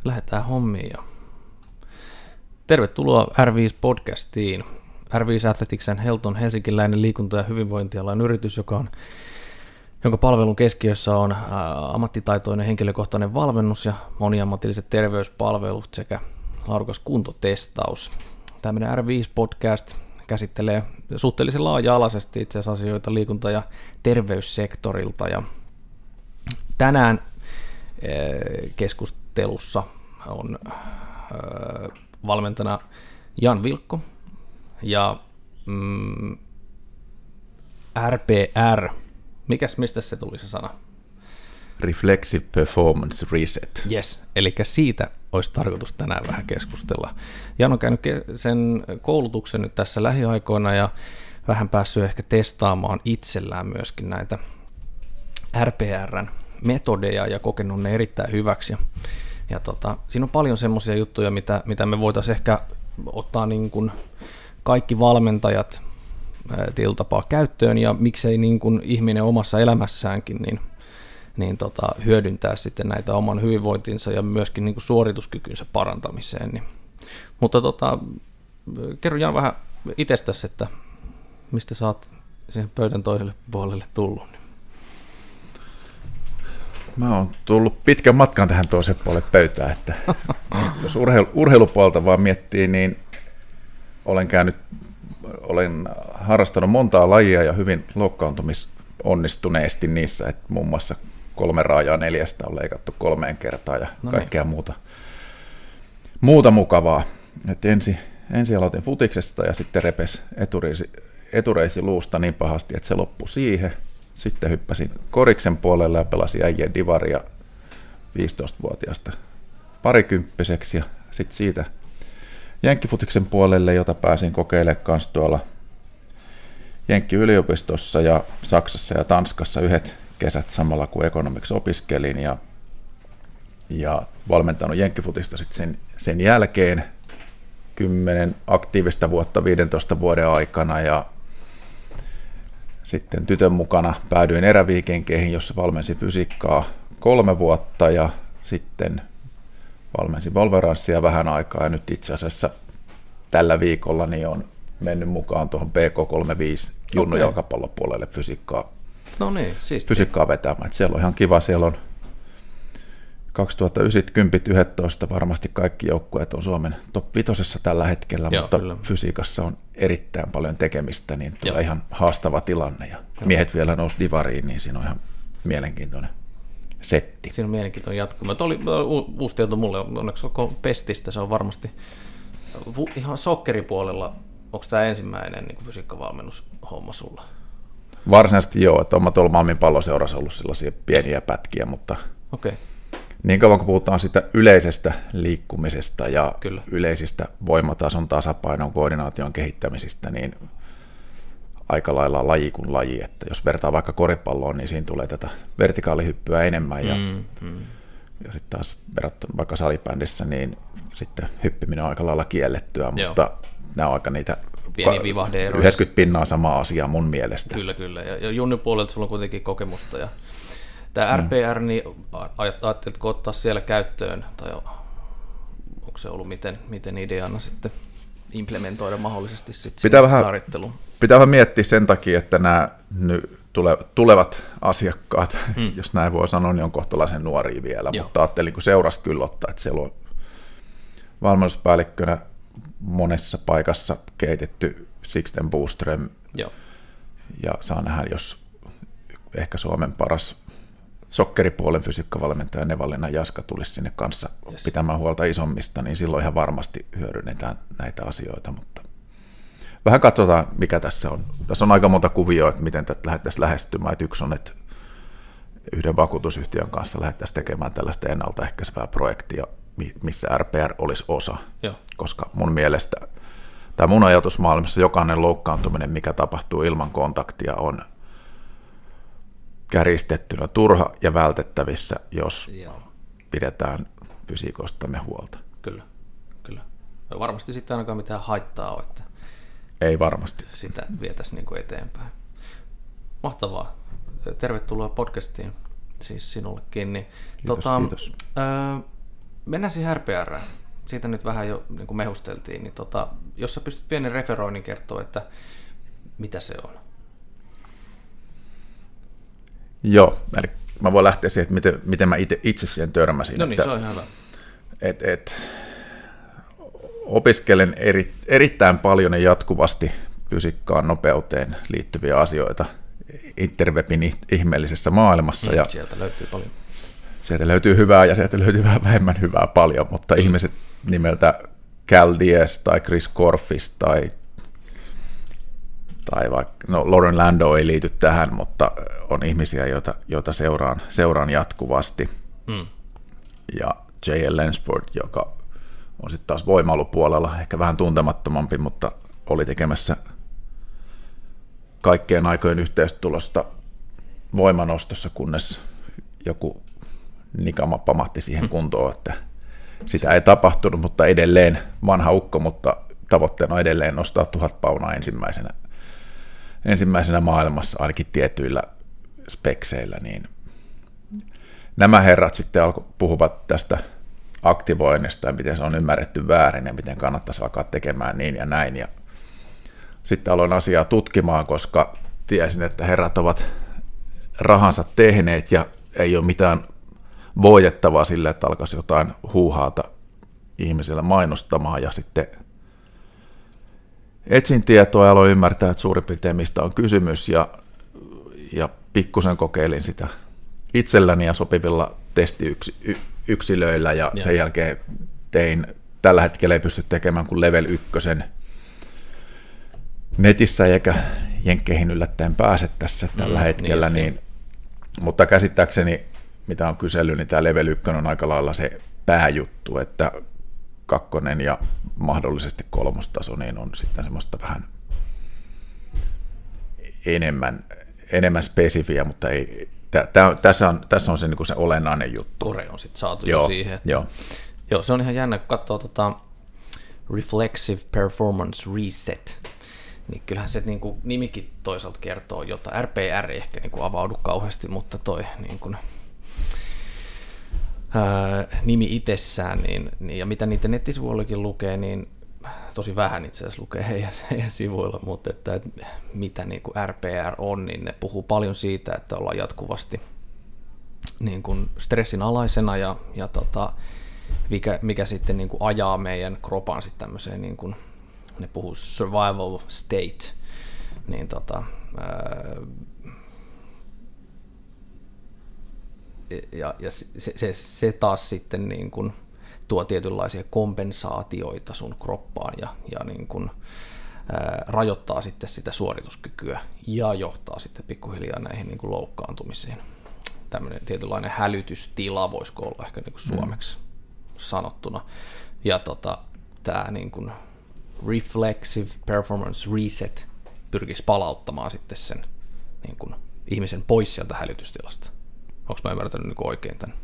Lähdetään hommiin. Ja tervetuloa R5-podcastiin. R5 Athletics & Health on helsinkiläinen liikunta- ja hyvinvointialan yritys, jonka palvelun keskiössä on ammattitaitoinen henkilökohtainen valmennus ja moniammatilliset terveyspalvelut sekä laadukas kuntotestaus. Tämä meidän R5-podcast käsittelee suhteellisen laaja-alaisesti itse asiassa asioita liikunta- ja terveyssektorilta. Ja tänään keskustelussa on valmentajana Jan Vilkko ja RPR. Mistä se tuli se sana? Reflexive Performance Reset. Yes, eli siitä olisi tarkoitus tänään vähän keskustella. Jan on käynyt sen koulutuksen nyt tässä lähiaikoina ja vähän päässyt ehkä testaamaan itsellään myöskin näitä RPRn metodeja ja kokenut ne erittäin hyväksi. Ja siinä on paljon semmoisia juttuja, mitä me voitaisiin ehkä ottaa niin kuin kaikki valmentajat tietyllä tapaa käyttöön ja miksei niin kuin ihminen omassa elämässäänkin niin hyödyntää sitten näitä oman hyvinvointinsa ja myöskin niin kuin suorituskykynsä parantamiseen. Niin. Mutta kerro Jan vähän itsestäsi, että mistä sä oot siihen pöydän toiselle puolelle tullut. Mä oon tullut pitkän matkan tähän toiseen puolelle pöytää, että jos urheilupuolta vaan miettii, niin olen harrastanut montaa lajia ja hyvin loukkaantumisonnistuneesti niissä, että muun muassa 3 raajaa 4 on leikattu 3 kertaa ja kaikkea muuta mukavaa. Et ensin aloitin futiksesta ja sitten repes etureisi luusta niin pahasti, että se loppui siihen. Sitten hyppäsin koriksen puolelle ja pelasin äijien divaria 15-vuotiaasta parikymppiseksi ja sitten siitä jenkkifutiksen puolelle, jota pääsin kokeilemaan kanssa tuolla Jenkki-yliopistossa ja Saksassa ja Tanskassa yhdet kesät samalla kun economics opiskelin ja valmentanut jenkkifutista sitten sen jälkeen 10 aktiivista vuotta 15 vuoden aikana ja sitten tytön mukana päädyin eräviikenkeihin, jossa valmensin fysiikkaa 3 vuotta ja sitten valmensin volveranssia vähän aikaa ja nyt itse asiassa tällä viikolla niin on mennyt mukaan tuohon PK35 junnujalkapallopuolelle fysiikkaa vetämään. Et siellä on ihan kiva, siellä on 2009-10-11 varmasti kaikki joukkueet on Suomen top 5 tällä hetkellä, mutta kyllä. Fysiikassa on erittäin paljon tekemistä, niin tulee ihan haastava tilanne ja miehet vielä nousi divariin, niin siinä on ihan mielenkiintoinen setti. Siinä on mielenkiintoinen jatkuma. Tuo oli uusi tieto mulle, onneksi olkoon Pestistä, se on varmasti ihan sokkeripuolella. Onko tämä ensimmäinen niin fysiikkavalmennushomma sulla? Varsinaisesti joo, että olen tuolla Malmin palloseurassa ollut sellaisia pieniä pätkiä, mutta niin kauan kun puhutaan sitä yleisestä liikkumisesta ja yleisistä voimatason tasapainon koordinaation kehittämisistä, niin aika lailla laji kuin laji, että jos vertaa vaikka koripalloon, niin siinä tulee tätä vertikaalihyppyä enemmän ja sitten taas verrattuna vaikka salibändissä, niin sitten hyppiminen on aika lailla kiellettyä, mutta nämä on aika niitä 90% samaa asiaa mun mielestä. Kyllä. Ja Junnin puolelta sulla on kuitenkin kokemusta. Ja tämä RPR, niin ajattelitko ottaa siellä käyttöön, tai onko se ollut miten ideana sitten implementoida mahdollisesti sitten harjoitteluun? Pitää vähän miettiä sen takia, että nämä tulevat asiakkaat, jos näin voi sanoa, niin on kohtalaisen nuoria vielä, mutta ajattelin, kun seurasta kyllä ottaa, että siellä on valmennuspäällikkönä monessa paikassa keitetty Sixten Boström, ja saa nähdä, jos ehkä Suomen paras sokkeripuolen fysiikkavalmentaja Nevallinan Jaska tulisi sinne kanssa pitämään huolta isommista, niin silloin ihan varmasti hyödynnetään näitä asioita, mutta vähän katsotaan, mikä tässä on. Tässä on aika monta kuvioa, että miten tätä lähdettäisiin lähestymään. Että yksi on, että yhden vakuutusyhtiön kanssa lähdettäisiin tekemään tällaista ennaltaehkäisevää projektia, missä RPR olisi osa, koska mun mielestä tai mun ajatusmaailmassa jokainen loukkaantuminen, mikä tapahtuu ilman kontaktia, on kärjistettynä turha ja vältettävissä, jos pidetään fysiikostamme huolta. Kyllä. Varmasti sitten ainakaan mitään haittaa ole, että ei varmasti. Sitä vietäisiin niin kuin eteenpäin. Mahtavaa. Tervetuloa podcastiin, siis sinullekin. Niin, kiitos. mennään siihen RPR:ään. Siitä nyt vähän jo niin kuin mehusteltiin, niin jos sä pystyt pienen referoinnin kertoa, että mitä se on. Joo, eli mä voin lähteä siihen, että miten mä itse siihen törmäsin. No niin, se on ihan hyvä. Opiskelen erittäin paljon ja jatkuvasti fysiikkaan, nopeuteen liittyviä asioita interwebin ihmeellisessä maailmassa. Ja sieltä löytyy paljon. Sieltä löytyy hyvää ja sieltä löytyy vähän vähemmän hyvää paljon, mutta ihmiset nimeltä Cal Diaz tai Chris Korfis tai vaikka, no Lauren Lando ei liity tähän, mutta on ihmisiä, joita seuraan jatkuvasti. Ja J.L. Lensport, joka on sitten taas voimailupuolella, ehkä vähän tuntemattomampi, mutta oli tekemässä kaikkien aikojen yhteistulosta voimanostossa, kunnes joku nikama pamahti siihen kuntoon, että sitä ei tapahtunut, mutta edelleen vanha ukko, mutta tavoitteena on edelleen nostaa 1000 paunaa ensimmäisenä maailmassa, ainakin tietyillä spekseillä, niin nämä herrat sitten puhuvat tästä aktivoinnista ja miten se on ymmärretty väärin ja miten kannattaisi alkaa tekemään niin ja näin. Ja sitten aloin asiaa tutkimaan, koska tiesin, että herrat ovat rahansa tehneet ja ei ole mitään voitettavaa sille, että alkaisi jotain huuhaata ihmisille mainostamaan, ja sitten etsin tietoa ja aloin ymmärtää, että suurin piirtein mistä on kysymys, ja pikkusen kokeilin sitä itselläni ja sopivilla testiyksilöillä, ja sen jälkeen tällä hetkellä ei pysty tekemään kuin level 1 netissä, eikä jenkkeihin yllättäen pääse tässä tällä hetkellä, mutta käsittääkseni, mitä on kysellyt, niin tämä level 1 on aika lailla se pääjuttu, että 2 ja mahdollisesti 3. taso niin on sitten semmoista vähän enemmän spesifiä, mutta ei, tässä on se, niin kuin se olennainen juttu. Kore on sitten saatu jo siihen. Joo, se on ihan jännä, kun katsoo Reflexive Performance Reset, niin kyllähän se niin kuin nimikin toisaalta kertoo jotain. RPR ei ehkä niin kuin avaudu kauheasti, mutta toi niin kuin nimi itsessään, niin, ja mitä niiden nettisivuillakin lukee, niin tosi vähän itse asiassa lukee heidän sivuilla, mutta että mitä niin kuin RPR on, niin ne puhuu paljon siitä, että ollaan jatkuvasti niin kuin stressin alaisena ja mikä sitten niin kuin ajaa meidän kropan sitten tämmöiseen, niin kuin, ne puhuu survival state, niin ja se taas sitten niin kuin tuo tietynlaisia kompensaatioita sun kroppaan ja niin kuin, rajoittaa sitten sitä suorituskykyä ja johtaa sitten pikkuhiljaa näihin niin kuin loukkaantumisiin. Tämmöinen tietynlainen hälytystila voisiko olla ehkä niin kuin suomeksi sanottuna. Ja tämä niin kuin Reflexive Performance Reset pyrkisi palauttamaan sitten sen niin kuin ihmisen pois sieltä hälytystilasta. Onko mä ymmärtänyt niin oikein tämän?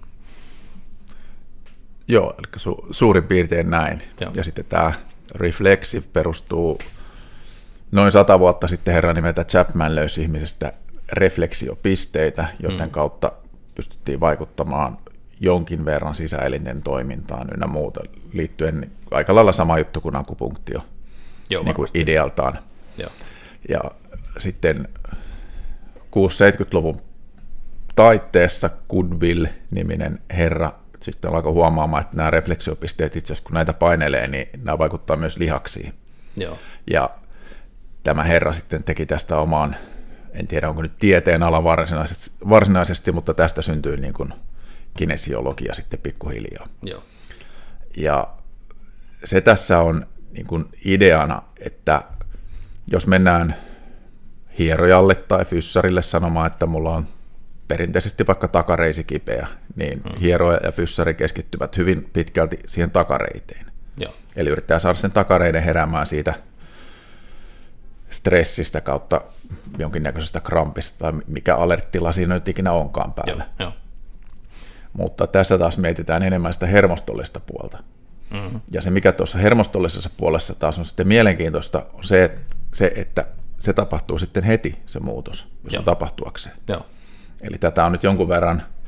Joo, eli suurin piirtein näin. Joo. Ja sitten tämä Reflexive perustuu noin 100 vuotta sitten herran nimeltä Chapman löysi ihmisestä refleksiopisteitä, joten kautta pystyttiin vaikuttamaan jonkin verran sisäelinten toimintaan ynnä muuta, liittyen aika lailla sama juttu kuin akupunktio. Joo, niin kuin idealtaan. Joo. Ja sitten 60-70-luvun taitteessa Goodwill-niminen herra sitten alkoi huomaamaan, että nämä refleksiopisteet itse asiassa kun näitä painelee, niin nämä vaikuttaa myös lihaksiin. Joo. Ja tämä herra sitten teki tästä omaan, en tiedä onko nyt tieteen ala varsinaisesti, mutta tästä syntyy niin kuin kinesiologia sitten pikkuhiljaa. Joo. Ja se tässä on niin kuin ideana, että jos mennään hierojalle tai fyssarille sanomaan, että mulla on perinteisesti vaikka takareisi kipeä, niin hieroja ja fyssari keskittyvät hyvin pitkälti siihen takareiteen. Joo. Eli yrittää saada sen takareiden heräämään siitä stressistä kautta jonkinnäköisestä krampista tai mikä alerttila siinä nyt ikinä onkaan päällä. Joo. Mutta tässä taas mietitään enemmän sitä hermostollista puolta. Mm-hmm. Ja se, mikä tuossa hermostollisessa puolessa taas on sitten mielenkiintoista, on se, että se tapahtuu sitten heti, se muutos, jos on tapahtuakseen. Joo. Eli tätä on nyt jonkun verran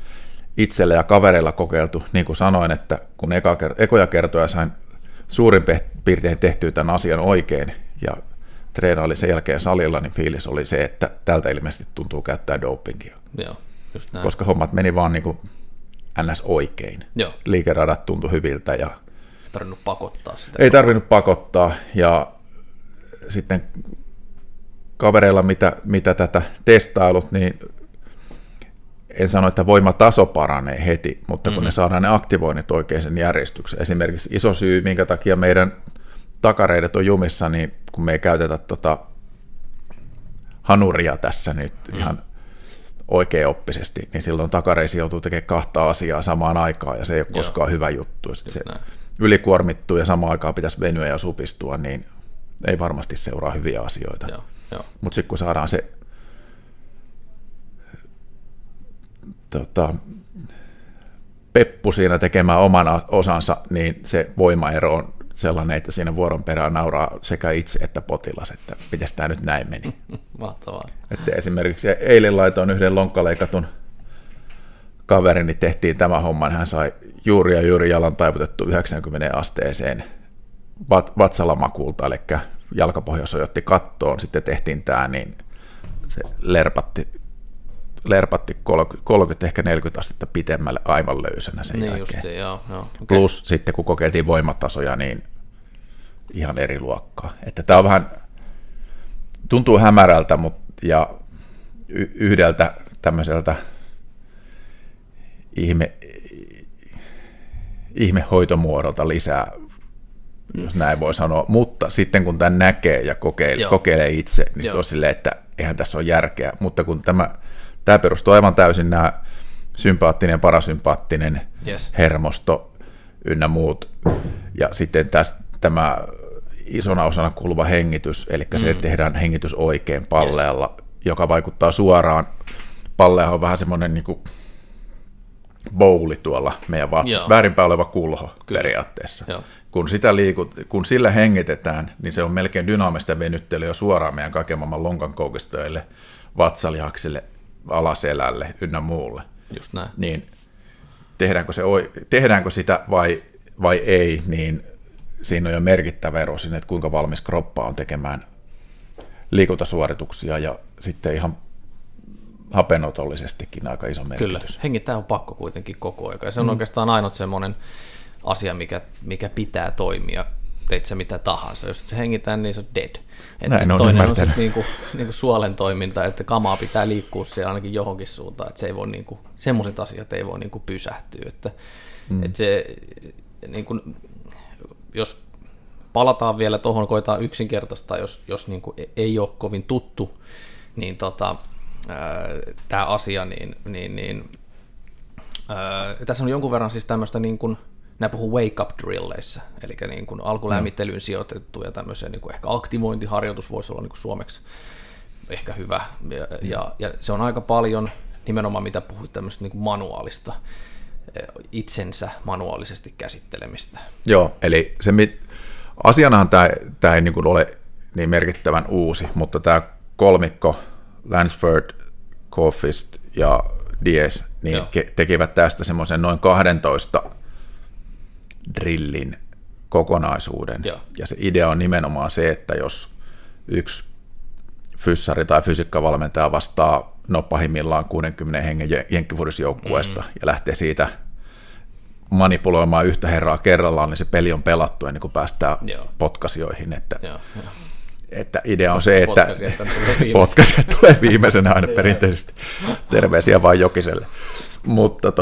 itsellä ja kavereilla kokeiltu, niin kuin sanoin, että kun ekoja kertoja sain suurin piirtein tehtyä tämän asian oikein ja treenaili sen jälkeen salilla, niin fiilis oli se, että tältä ilmeisesti tuntuu käyttää dopingia. Joo, just näin. Koska hommat meni vaan niin kuin ns. Oikein. Joo. Liikeradat tuntui hyviltä. Ja tarvinnut pakottaa sitä. Ei tarvinnut pakottaa. Ja sitten kavereilla, mitä tätä testailut, niin en sano, että voimataso paranee heti, mutta kun ne saadaan ne aktivoinnit oikein sen järjestyksen. Esimerkiksi iso syy, minkä takia meidän takareidet on jumissa, niin kun me ei käytetä hanuria tässä nyt ihan oikeaoppisesti, niin silloin takareisi joutuu tekemään 2 asiaa samaan aikaan, ja se ei ole koskaan hyvä juttu. Se ylikuormittuu ja samaan aikaan pitäisi venyä ja supistua, niin ei varmasti seuraa hyviä asioita. Mutta sitten kun saadaan se peppu siinä tekemään oman osansa, niin se voimaero on sellainen, että siinä vuoron perään nauraa sekä itse että potilas, että miten tämä nyt näin meni. Mahtavaa. Että esimerkiksi eilen laitoin yhden lonkkaleikatun kaverin, niin tehtiin tämä homma, hän sai juuri jalan taivutettu 90 asteeseen vatsalamakulta, eli jalkapohja sojotti kattoon, sitten tehtiin tämä, niin se lerpatti 30, ehkä 40 astetta pitemmälle aivan löysänä sen jälkeen. Justiin, joo, okay. Plus sitten kun kokeiltiin voimatasoja, niin ihan eri luokkaa. Että tämä on vähän, tuntuu hämärältä, ja yhdeltä tämmöiseltä ihmehoitomuodolta lisää, jos näin voi sanoa, mutta sitten kun tämän näkee ja kokeilee itse, niin se on silleen, että eihän tässä ole järkeä, mutta kun tämä perustuu aivan täysin nämä sympaattinen ja parasympaattinen hermosto ynnä muut, ja sitten tämä isona osana kuuluva hengitys, eli se, että tehdään hengitys oikein palleella, joka vaikuttaa suoraan. Palleahan on vähän semmoinen niin kuin bowli tuolla meidän vatsassa, väärinpäin oleva kulho periaatteessa. Kun sillä hengitetään, niin se on melkein dynaamista venyttelyä suoraan meidän kaiken maailman lonkan koukistoille, vatsalihaksille, alaselälle ynnä muulle. Just näin. Niin tehdäänkö sitä vai ei, niin siinä on jo merkittävä ero sinne, että kuinka valmis kroppa on tekemään liikuntasuorituksia ja sitten ihan hapenotollisestikin aika iso merkitys. Kyllä, hengittää on pakko kuitenkin koko ajan. Ja se on oikeastaan ainut semmoinen asia, mikä pitää toimia, teit se mitä tahansa. Jos et se hengitään, niin se on dead. Näin on toinen ymmärtänyt. on sitten niinku suolen toiminta, että kamaa pitää liikkua siellä ainakin johonkin suuntaan, että se ei voi semmoiset asiat ei voi pysähtyä. Että se, jos palataan vielä tuohon, koetaan yksinkertaista, jos ei ole kovin tuttu, niin tämä asia, tässä on jonkun verran siis tämmöistä, nämä puhuu wake up drilleissa, eli alkulämmittelyyn sijoitettuja tämmöisiä, ehkä aktivointiharjoitus voisi olla suomeksi ehkä hyvä, ja se on aika paljon nimenomaan, mitä puhuit tämmöistä manuaalista, itsensä manuaalisesti käsittelemistä. Joo, eli asianahan tämä ei ole niin merkittävän uusi, mutta tämä kolmikko, Lansford, Caulfield ja Diaz, niin tekivät tästä semmoisen noin 12 drillin kokonaisuuden. Ja se idea on nimenomaan se, että jos yksi fyssari tai fysiikkavalmentaja vastaa pahimmillaan 60 hengen jenkkifudisjoukkueesta ja lähtee siitä manipuloimaan yhtä herraa kerrallaan, niin se peli on pelattu ennen kuin päästään potkasioihin. Että idea on se, että potkasia tulee viimeisenä aina perinteisesti. Terveisiä vain Jokiselle. Mutta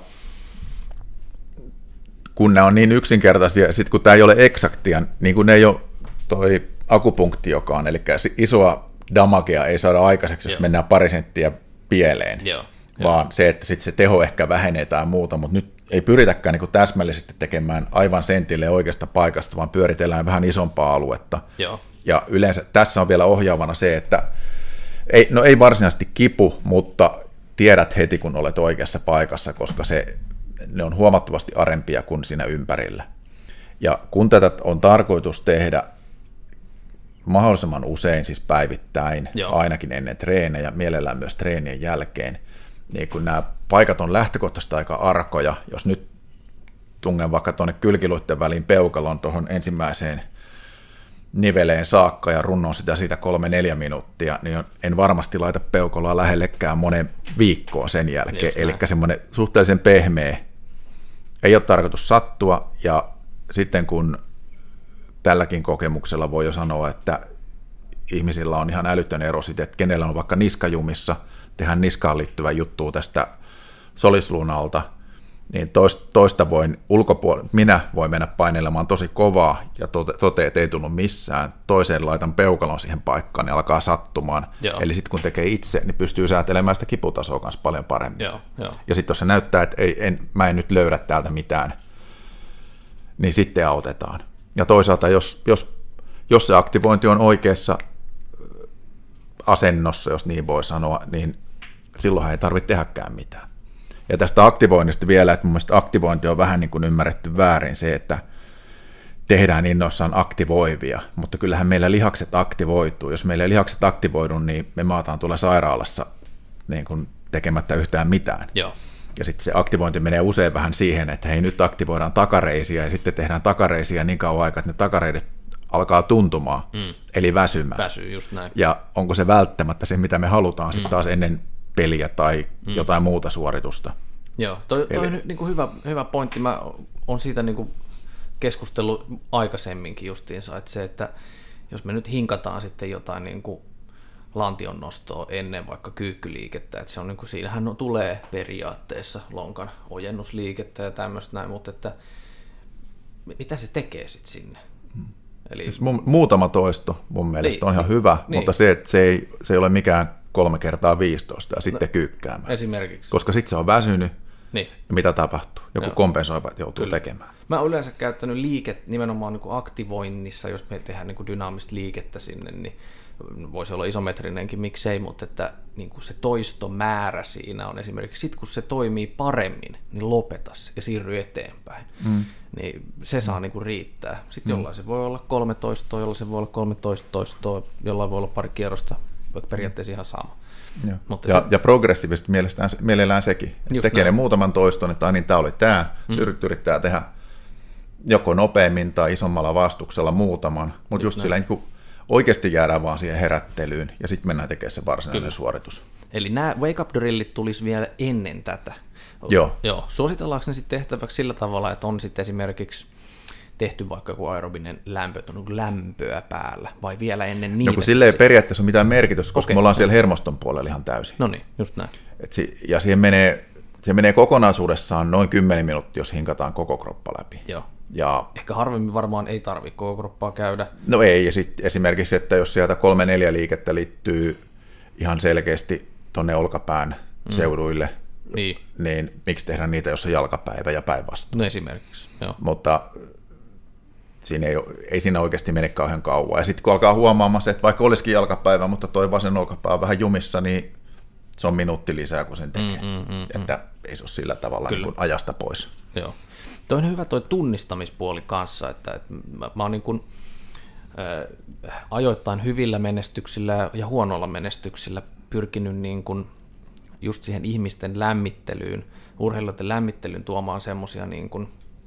kun nämä on niin yksinkertaisia, ja sitten kun tämä ei ole eksaktia, niin kuin ne ei ole toi akupunktiokaan, eli isoa damagea ei saada aikaiseksi, jos mennään pari senttiä pieleen, vaan se, että sitten se teho ehkä vähenee tai muuta, mutta nyt ei pyritäkään niin täsmällisesti tekemään aivan sentille oikeasta paikasta, vaan pyöritellään vähän isompaa aluetta. Ja yleensä tässä on vielä ohjaavana se, että ei varsinaisesti kipu, mutta tiedät heti, kun olet oikeassa paikassa, koska ne on huomattavasti arempia kuin siinä ympärillä. Ja kun tätä on tarkoitus tehdä mahdollisimman usein, siis päivittäin, ainakin ennen treenejä, mielellään myös treenien jälkeen, niin kun nämä paikat on lähtökohtaisesti aika arkoja. Jos nyt tungen vaikka tuonne kylkiluitten väliin peukalon tuohon ensimmäiseen niveleen saakka ja runnon sitä siitä 3-4 minuuttia, niin en varmasti laita peukaloa lähellekään monen viikkoon sen jälkeen. Eli semmoinen suhteellisen pehmeä. Ei ole tarkoitus sattua, ja sitten kun tälläkin kokemuksella voi jo sanoa, että ihmisillä on ihan älytön ero sitten, että kenellä on vaikka niskajumissa, tehdään niskaan liittyvä juttu tästä solisluunalta, niin toista minä voin mennä painelemaan tosi kovaa ja toteaa, että ei tunnu missään. Toiseen laitan peukalon siihen paikkaan, niin alkaa sattumaan. Joo. Eli sitten kun tekee itse, niin pystyy säätelemään sitä kiputasoa kanssa paljon paremmin. Joo. Ja sitten jos se näyttää, että mä en nyt löydä täältä mitään, niin sitten autetaan. Ja toisaalta, jos se aktivointi on oikeassa asennossa, jos niin voi sanoa, niin silloinhan ei tarvitse tehdäkään mitään. Ja tästä aktivoinnista vielä, että mun mielestä aktivointi on vähän niin kuin ymmärretty väärin se, että tehdään innoissaan aktivoivia, mutta kyllähän meillä lihakset aktivoituu. Jos meillä ei lihakset aktivoidu, niin me maataan tuolla sairaalassa niin kuin tekemättä yhtään mitään. Joo. Ja sitten se aktivointi menee usein vähän siihen, että hei, nyt aktivoidaan takareisia ja sitten tehdään takareisia niin kauan aikaa, että ne takareidet alkaa tuntumaan, eli väsymään. Väsyy, just näin. Ja onko se välttämättä se, mitä me halutaan sitten taas ennen peliä tai jotain muuta suoritusta. Joo, toi on niin kuin hyvä pointti. Mä oon siitä niin kuin keskustellut aikaisemminkin justiinsa, että se, että jos me nyt hinkataan sitten jotain niin kuin lantion nostoa ennen vaikka kyykkyliikettä, että se on niin kuin, siinähän tulee periaatteessa lonkan ojennusliikettä ja tämmöistä näin, mutta että mitä se tekee sitten sinne? Eli siis muutama toisto mun mielestä on ihan hyvä, mutta se, että se ei ole mikään 3x15 ja sitten kyykkäämään. Esimerkiksi. Koska sitten se on väsynyt, ja mitä tapahtuu? Joku kompensoiva, että joutuu tekemään. Mä oon yleensä käyttänyt nimenomaan niin kuin aktivoinnissa, jos me tehdään niin kuin dynaamista liikettä sinne, niin voisi olla isometrinenkin, miksei, mutta että niin kuin se toistomäärä siinä on esimerkiksi, sit kun se toimii paremmin, niin lopeta se ja siirry eteenpäin. Niin se saa niin kuin riittää. Sitten jollain se voi olla 13, jollain se voi olla 13 toistoa, jollain voi olla pari kierrosta, vaikka periaatteessa ihan sama. Ja progressiivisesti mielellään sekin. Tekee ne muutaman toiston, että niin tämä oli tämä, se yrittää tehdä joko nopeammin tai isommalla vastuksella muutaman, mutta just sillä niin oikeasti jäädään vaan siihen herättelyyn ja sitten mennään tekemään se varsinainen suoritus. Eli nämä wake-up-drillit tulisi vielä ennen tätä. Joo. Suositellaanko ne sitten tehtäväksi sillä tavalla, että on sitten esimerkiksi tehty vaikka joku aerobinen lämpöä päällä, vai vielä ennen niitä? No kun sille ei periaatteessa ole mitään merkitystä, koska me ollaan siellä hermoston puolella ihan täysin. No niin, just näin. Ja siihen menee kokonaisuudessaan noin 10 minuuttia, jos hinkataan koko kroppa läpi. Joo. Ja ehkä harvemmin varmaan ei tarvitse koko kroppaa käydä. No ei, ja sitten esimerkiksi, että jos sieltä 3-4 liikettä liittyy ihan selkeästi tuonne olkapään seuduille, niin miksi tehdä niitä, jos on jalkapäivä ja päinvastoin? No esimerkiksi, joo. Mutta siinä ei siinä oikeasti mene kauhean kauan. Ja sitten kun alkaa huomaamaan se, että vaikka olisikin jalkapäivä, mutta toi vasen olkapää on vähän jumissa, niin se on minuutti lisää, kun sen tekee. Että ei se ole sillä tavalla niin kuin ajasta pois. Joo. Toi on hyvä toi tunnistamispuoli kanssa, että mä oon niin kuin, ajoittain hyvillä menestyksillä ja huonoilla menestyksillä pyrkinyt niin kuin just siihen ihmisten lämmittelyyn, urheilijoiden lämmittelyyn tuomaan semmoisia niin kuin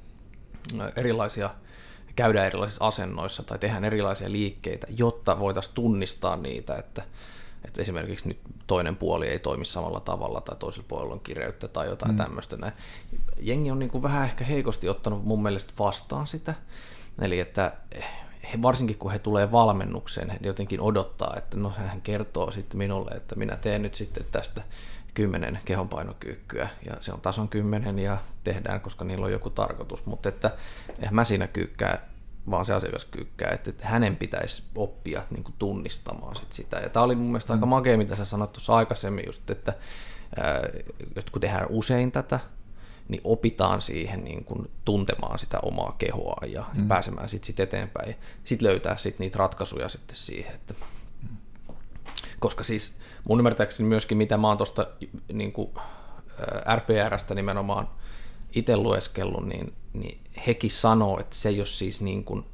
käydään erilaisissa asennoissa tai tehdään erilaisia liikkeitä, jotta voitaisiin tunnistaa niitä, että esimerkiksi nyt toinen puoli ei toimi samalla tavalla tai toisella puolella on kireyttä tai jotain tämmöistä. Näin. Jengi on niin kuin vähän ehkä heikosti ottanut mun mielestä vastaan sitä, eli että varsinkin kun he tulee valmennukseen, he jotenkin odottaa, että no hän kertoo sitten minulle, että minä teen nyt sitten tästä 10 kehonpainokyykkyä ja se on tason 10 ja tehdään, koska niillä on joku tarkoitus, mutta että eihän mä siinä kyykkää, vaan se asiakas kyykkää, että hänen pitäisi oppia niin kuin tunnistamaan sitä. Ja tämä oli mun mielestä aika makea, mitä sä sanoit tuossa aikaisemmin just, että kun tehdään usein tätä, niin opitaan siihen niin kuin tuntemaan sitä omaa kehoa ja pääsemään sitten eteenpäin. Sitten löytää sitten niitä ratkaisuja sitten siihen, että koska siis mun ymmärtääkseni myöskin, mitä mä oon tuosta niin kuin RPRstä nimenomaan itse lueskellut, niin hekin sanoo, että se ei ole siis niin kuin,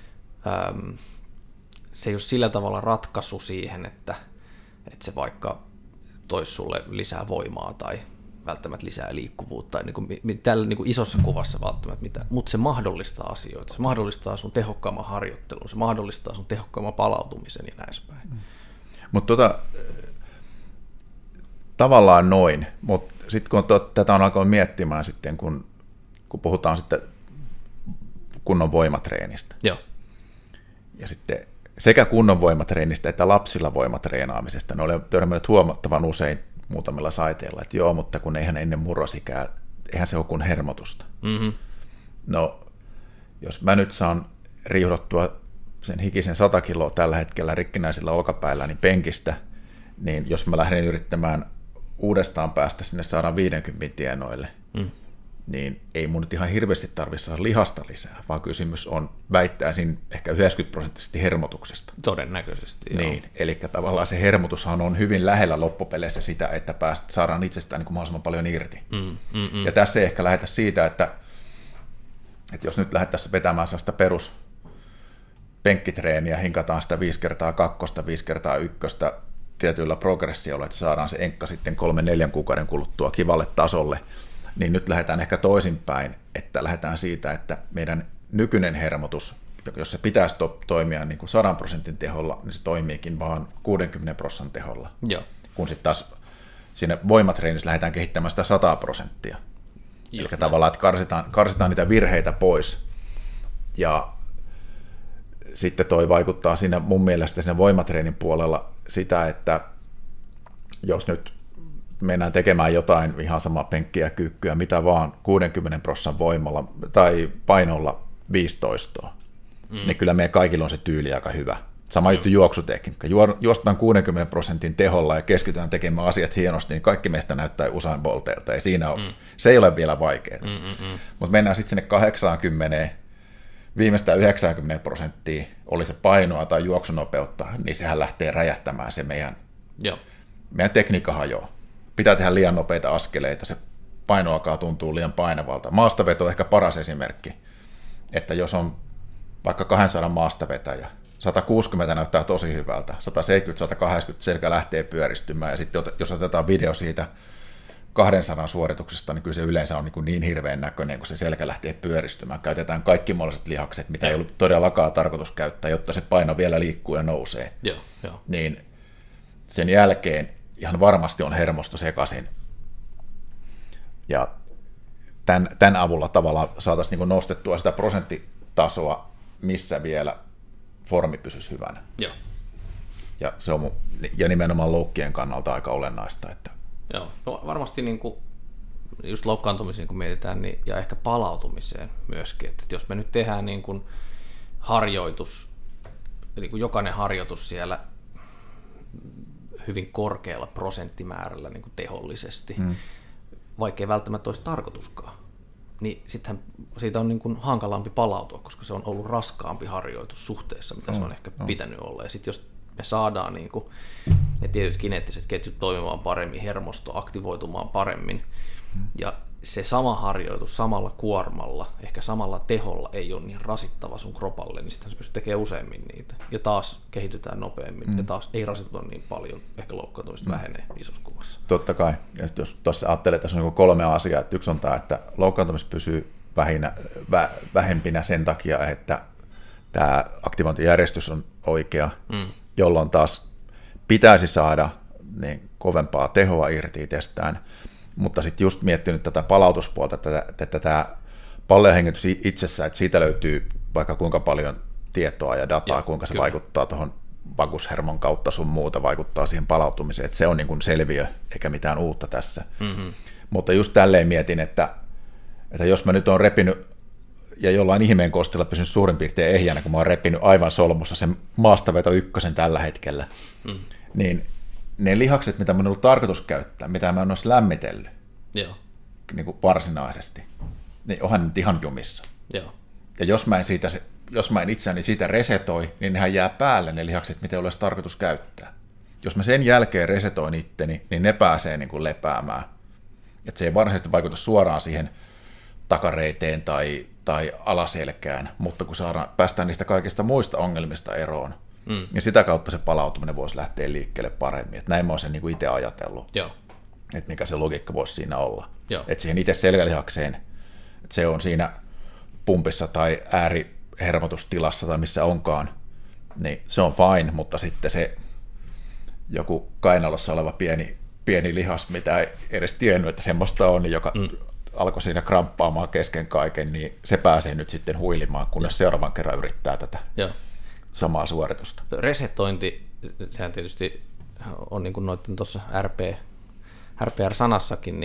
se ei ole sillä tavalla ratkaisu siihen, että se vaikka toisi sulle lisää voimaa tai välttämättä lisää liikkuvuutta, niin kuin, tällä niin kuin isossa kuvassa välttämättä, mutta se mahdollistaa asioita, se mahdollistaa sun tehokkaamman harjoittelun, se mahdollistaa sun tehokkaamman palautumisen ja näin päin. Mutta tavallaan noin, mutta sitten kun tätä on alkanut miettimään sitten, kun puhutaan sitten kunnon voimatreenistä. Joo. Ja sitten sekä kunnon voimatreenistä että lapsilla voimatreenaamisesta, ne olen törmännyt huomattavan usein muutamilla saiteilla, että joo, mutta kun eihän ennen murrosikää, eihän se ole kuin hermotusta. Mm-hmm. No, jos mä nyt saan riihdottua sen hikisen 100 kiloa tällä hetkellä rikkinäisillä olkapäillä niin penkistä, niin jos mä lähden yrittämään uudestaan päästä sinne 150 tienoille, niin ei mun nyt ihan hirveästi tarvitse saada lihasta lisää, vaan kysymys on, väittäisin, ehkä 90% hermotuksesta. Todennäköisesti, joo. Niin, eli tavallaan se hermotushan on hyvin lähellä loppupeleissä sitä, että saadaan itsestään niin kuin mahdollisimman paljon irti. Ja tässä ei ehkä lähdetä siitä, että jos nyt lähdettäisiin vetämään sellaista perus penkkitreeniä, hinkataan sitä 5x2, 5x1 tietyillä progressioilla, että saadaan se enkka sitten 3-4 kuukauden kuluttua kivalle tasolle, niin nyt lähdetään ehkä toisinpäin, että lähdetään siitä, että meidän nykyinen hermotus, jos se pitäisi toimia niin kuin 100% teholla, niin se toimiikin vaan 60% teholla. Joo. Kun sitten taas siinä voimatreenissä lähdetään kehittämään sitä 100%. Eli tavallaan, että karsitaan niitä virheitä pois. Ja sitten toi vaikuttaa siinä mun mielestä siinä voimatreenin puolella sitä, että jos nyt mennään tekemään jotain ihan samaa penkkiä, kyykkyä, mitä vaan 60% voimalla tai painolla 15, niin kyllä meidän kaikilla on se tyyli aika hyvä. Sama juttu juoksutekniikka. Juostaan 60% teholla ja keskitytään tekemään asiat hienosti, niin kaikki meistä näyttää Usain Boltilta. Ei siinä ole, se ei ole vielä vaikeaa. Mutta mennään sitten sinne 80, viimeistään 90% oli se painoa tai juoksunopeutta, niin sehän lähtee räjähtämään se meidän tekniikka hajoaa. Pitää tehdä liian nopeita askeleita, se paino alkaa tuntua liian painavalta. Maastaveto on ehkä paras esimerkki, että jos on vaikka 200 maastavetäjä, 160 näyttää tosi hyvältä, 170-180 selkä lähtee pyöristymään, ja sitten jos otetaan video siitä 200 suorituksesta, niin kyllä se yleensä on niin hirveän näköinen, kun se selkä lähtee pyöristymään. Käytetään kaikki mahdolliset lihakset, mitä ei ollut todellakaan tarkoitus käyttää, jotta se paino vielä liikkuu ja nousee. Joo. Niin sen jälkeen ihan varmasti on hermosto sekaisin. Ja tämän avulla tavallaan saataisiin niin nostettua sitä prosenttitasoa, missä vielä formi pysyisi hyvänä. Joo. Ja se on ja nimenomaan loukkien kannalta aika olennaista. Että joo, no varmasti niin kuin, just loukkaantumisiin kun mietitään, niin, ja ehkä palautumiseen myöskin, että jos me nyt tehdään niin kuin harjoitus, eli kun jokainen harjoitus siellä hyvin korkealla prosenttimäärällä niin kuin tehollisesti, vaikka ei välttämättä olisi tarkoituskaan, niin sittenhän siitä on niin kuin hankalampi palautua, koska se on ollut raskaampi harjoitus suhteessa, mitä se on ehkä pitänyt olla. Ja sitten jos me saadaan niin kuin ne tietyt kineettiset ketjut toimimaan paremmin, hermosto aktivoitumaan paremmin, ja se sama harjoitus samalla kuormalla, ehkä samalla teholla ei ole niin rasittava sun kropalle, niin sitten se pystyy tekemään useammin niitä. Ja taas kehitytään nopeammin, ja taas ei rasituta niin paljon, ehkä loukkaantumista vähenee isossa kuvassa. Totta kai. Ja jos tuossa ajattelee, että tässä on 3 asiaa, että yksi on tämä, että loukkaantumista pysyy vähempinä sen takia, että tämä aktivointijärjestys on oikea, jolloin taas pitäisi saada niin kovempaa tehoa irti itsestään. Mutta sitten just miettinyt tätä palautuspuolta, että tämä palleahengitys itsessään, että siitä löytyy vaikka kuinka paljon tietoa ja dataa, kuinka se vaikuttaa tuohon vagushermon kautta sun muuta, vaikuttaa siihen palautumiseen, että se on niin kuin selviö eikä mitään uutta tässä. Mutta just tälleen mietin, että jos mä nyt oon repinyt ja jollain ihmeen kostilla pysynyt suurin piirtein ehjänä, kun mä oon repinyt aivan solmussa sen maastaveto 1 tällä hetkellä, niin ne lihakset, mitä mun on ollut tarkoitus käyttää, mitä mä en olisi lämmitellyt niin kuin varsinaisesti, niin onhan nyt ihan jumissa. Joo. Ja jos mä en itseäni siitä resetoi, niin nehän jää päälle ne lihakset, mitä olisi tarkoitus käyttää. Jos mä sen jälkeen resetoin itteni, niin ne pääsee niin kuin lepäämään. Että se ei varsinaisesti vaikuta suoraan siihen takareiteen tai alaselkään, mutta kun päästään niistä kaikista muista ongelmista eroon, niin sitä kautta se palautuminen voisi lähteä liikkeelle paremmin. Että näin mä olisin niin kuin itse ajatellut. Joo. että mikä se logiikka voisi siinä olla. Että siihen itse selkälihakseen, että se on siinä pumpissa tai äärihermotustilassa tai missä onkaan, niin se on fine, mutta sitten se joku kainalossa oleva pieni lihas, mitä ei edes tiennyt, että semmoista on, niin joka alkoi siinä kramppaamaan kesken kaiken, niin se pääsee nyt sitten huilimaan, kunnes seuraavan kerran yrittää tätä samaa suoritusta. Resetointi, sehän tietysti on niin kuin noitten tuossa RPR-sanassakin,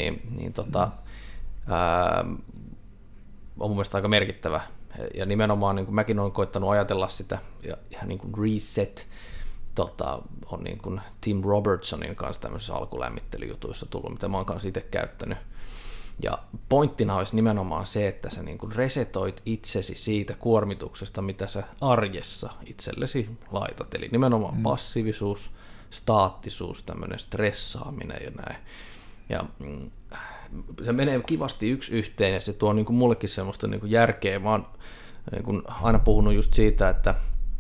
on mun mielestä aika merkittävä. Ja nimenomaan niin kuin mäkin olen koittanut ajatella sitä, ja ihan niin kuin reset, on niin kuin Tim Robertsonin kanssa tämmöisissä alkulämmittelyjutuissa tullut, mitä mä oon kanssa itse käyttänyt. Ja pointtina olisi nimenomaan se, että sä niin kuin resetoit itsesi siitä kuormituksesta, mitä sä arjessa itsellesi laitat. Eli nimenomaan passiivisuus, staattisuus, tämmöinen stressaaminen ja näin. Ja se menee kivasti yksi yhteen ja se tuo niin kuin mullekin semmoista niin kuin järkeä. Mä oon niin kuin aina puhunut just siitä, että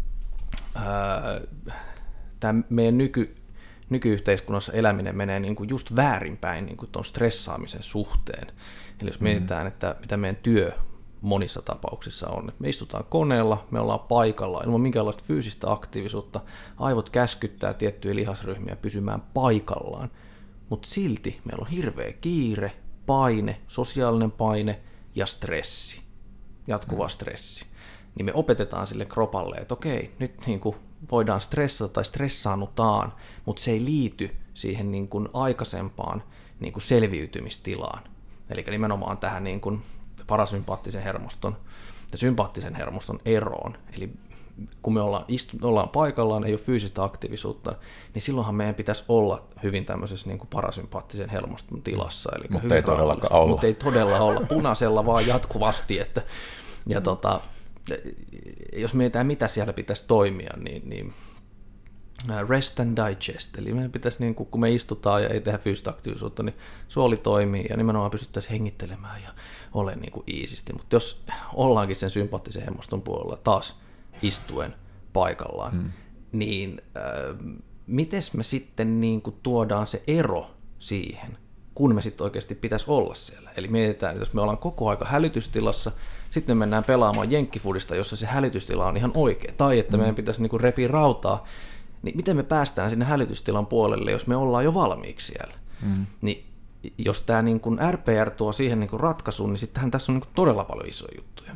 tämä meidän nykyyhteiskunnassa eläminen menee niin kuin just väärinpäin niin kuin tuon stressaamisen suhteen. Eli jos mietitään, että mitä meidän työ monissa tapauksissa on, että me istutaan koneella, me ollaan paikalla ilman minkäänlaista fyysistä aktiivisuutta, aivot käskyttää tiettyjä lihasryhmiä pysymään paikallaan, mutta silti meillä on hirveä kiire, paine, sosiaalinen paine ja stressi, jatkuva stressi. Niin me opetetaan sille kropalle, että okei, nyt niin kuin voidaan stressata tai stressaannutaan, mutta se ei liity siihen niin kuin aikaisempaan niin kuin selviytymistilaan. Eli nimenomaan tähän niin kuin parasympaattisen hermoston ja sympaattisen hermoston eroon. Eli kun me ollaan paikallaan, ei ole fyysistä aktiivisuutta, niin silloinhan meidän pitäisi olla hyvin tämmöisessä niin kuin parasympaattisen hermoston tilassa. Mutta ei todellakaan olla. Mutta ei todella olla. Punaisella vaan jatkuvasti. Että, ja jos mietitään, mitä siellä pitäisi toimia, niin rest and digest, eli meidän pitäisi, niin kun me istutaan ja ei tehdä fyysistä aktiivisuutta, niin suoli toimii ja nimenomaan pystyttäisiin hengittelemään ja olemaan niin iisisti. Mutta jos ollaankin sen sympaattisen hermoston puolella taas istuen paikallaan, niin miten me sitten niin kuin tuodaan se ero siihen, kun me sitten oikeasti pitäisi olla siellä. Eli mietitään, että jos me ollaan koko aika hälytystilassa, sitten me mennään pelaamaan jenkkifudista, jossa se hälytystila on ihan oikea, tai että meidän pitäisi niin kuin repiä rautaa, niin miten me päästään sinne hälytystilan puolelle, jos me ollaan jo valmiiksi siellä? Niin jos tämä niin kuin RPR tuo siihen niin kuin ratkaisuun, niin sittenhän tässä on niin kuin todella paljon isoja juttuja.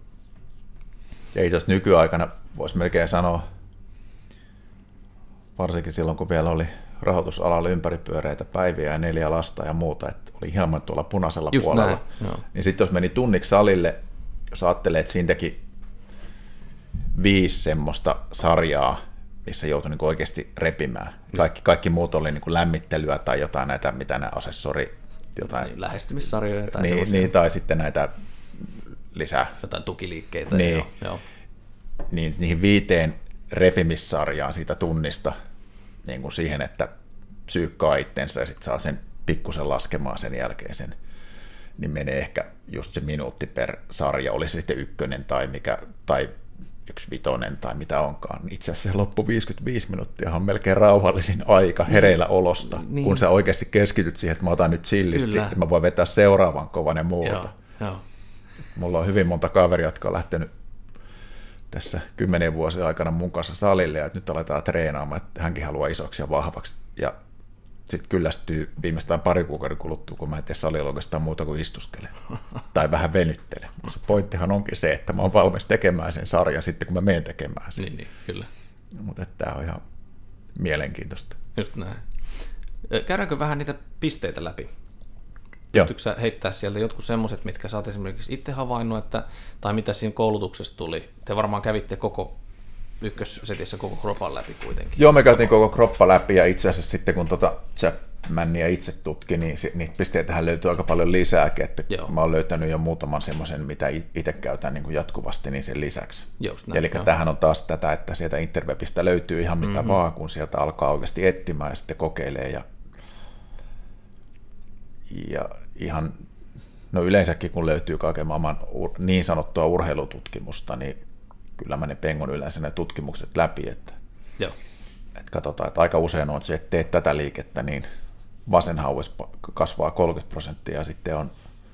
Ei tuossa nykyaikana voisi melkein sanoa, varsinkin silloin kun vielä oli rahoitusalalla ympäripyöreitä päiviä ja 4 lasta ja muuta, että oli hieman tuolla punaisella just puolella. Niin sitten jos meni tunniksi salille, jos ajattelee, että siinä teki 5 semmoista sarjaa, missä joutui niin oikeasti repimään. Kaikki muut oli niin lämmittelyä tai jotain näitä, mitä nämä jotain lähestymissarjoja tai niin, tai sitten näitä lisää. Jotain tukiliikkeitä. Niin, niin niihin 5 repimissarjaan siitä tunnista niin kuin siihen, että psyykkaa itsensä ja sitten saa sen pikkusen laskemaan sen jälkeen sen, niin menee ehkä just se minuutti per sarja, oli se sitten 1 tai 1/5 tai mitä onkaan. Itse asiassa se loppu 55 minuuttia on melkein rauhallisin aika hereillä olosta, kun sä oikeasti keskityt siihen, että mä otan nyt chillisti, että mä voin vetää seuraavan kovan ja muuta. Joo. Mulla on hyvin monta kaveria, jotka on lähtenyt tässä 10 vuosien aikana mun kanssa salille, ja että nyt aletaan treenaamaan, että hänkin haluaa isoksi ja vahvaksi, ja sitten kyllästyy viimeistään 2 kuukauden kuluttua, kun mä en tee salilla oikeastaan muuta kuin istuskele tai vähän venyttele. Se pointtihan onkin se, että mä oon valmis tekemään sen sarjan sitten, kun mä menen tekemään sen. Niin, kyllä. Mutta tämä on ihan mielenkiintoista. Just näin. Käydäänkö vähän niitä pisteitä läpi? Pystytkö sä heittää sieltä jotkut semmoiset, mitkä sä oot esimerkiksi itse havainnut, tai mitä siinä koulutuksessa tuli? Te varmaan kävitte koko ykkössetissä koko kroppan läpi kuitenkin. Joo, me käytiin koko kroppa läpi, ja itse asiassa sitten kun Chapmania itse tutki, niin niitä pisteitähän löytyy aika paljon lisääkin, että mä oon löytänyt jo muutaman semmoisen, mitä itse käytän niin kuin jatkuvasti, niin sen lisäksi. Eli tämähän on taas tätä, että sieltä interwebistä löytyy ihan mitä vaan, kun sieltä alkaa oikeasti etsimään ja sitten kokeilee, ja ihan, no yleensäkin kun löytyy kaiken maailman niin sanottua urheilututkimusta, niin kyllä mä ne pengon yleensä ne tutkimukset läpi, että katsotaan, että aika usein on se, että teet tätä liikettä, niin vasen haues kasvaa 30% ja sitten on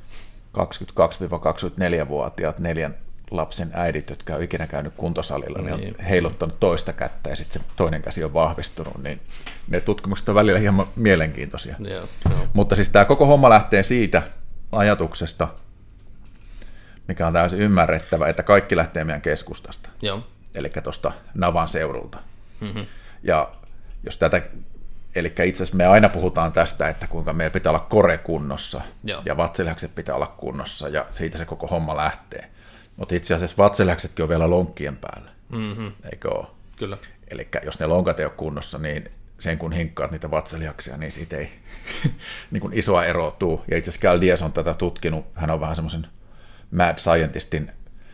22-24-vuotiaat 4 lapsen äidit, jotka on ikinä käynyt kuntosalilla, niin on heiluttanut toista kättä ja sitten se toinen käsi on vahvistunut, niin ne tutkimukset on välillä hieman mielenkiintoisia. Mutta siis tämä koko homma lähtee siitä ajatuksesta, mikä on täysin ymmärrettävä, että kaikki lähtee meidän keskustasta, eli tuosta Navan seudulta. Mm-hmm. Ja jos tätä, eli itse asiassa me aina puhutaan tästä, että kuinka meidän pitää olla kore kunnossa ja vatsalihakset pitää olla kunnossa ja siitä se koko homma lähtee. Mutta itse asiassa vatsalihaksetkin on vielä lonkkien päällä, eikö ole? Kyllä. Eli jos ne lonkat ei ole kunnossa, niin sen kun hinkkaat niitä vatsalihaksia, niin siitä ei niin kuin isoa eroa tule. Ja itse asiassa Cal Diaz on tätä tutkinut, hän on vähän semmoisen mad scientistin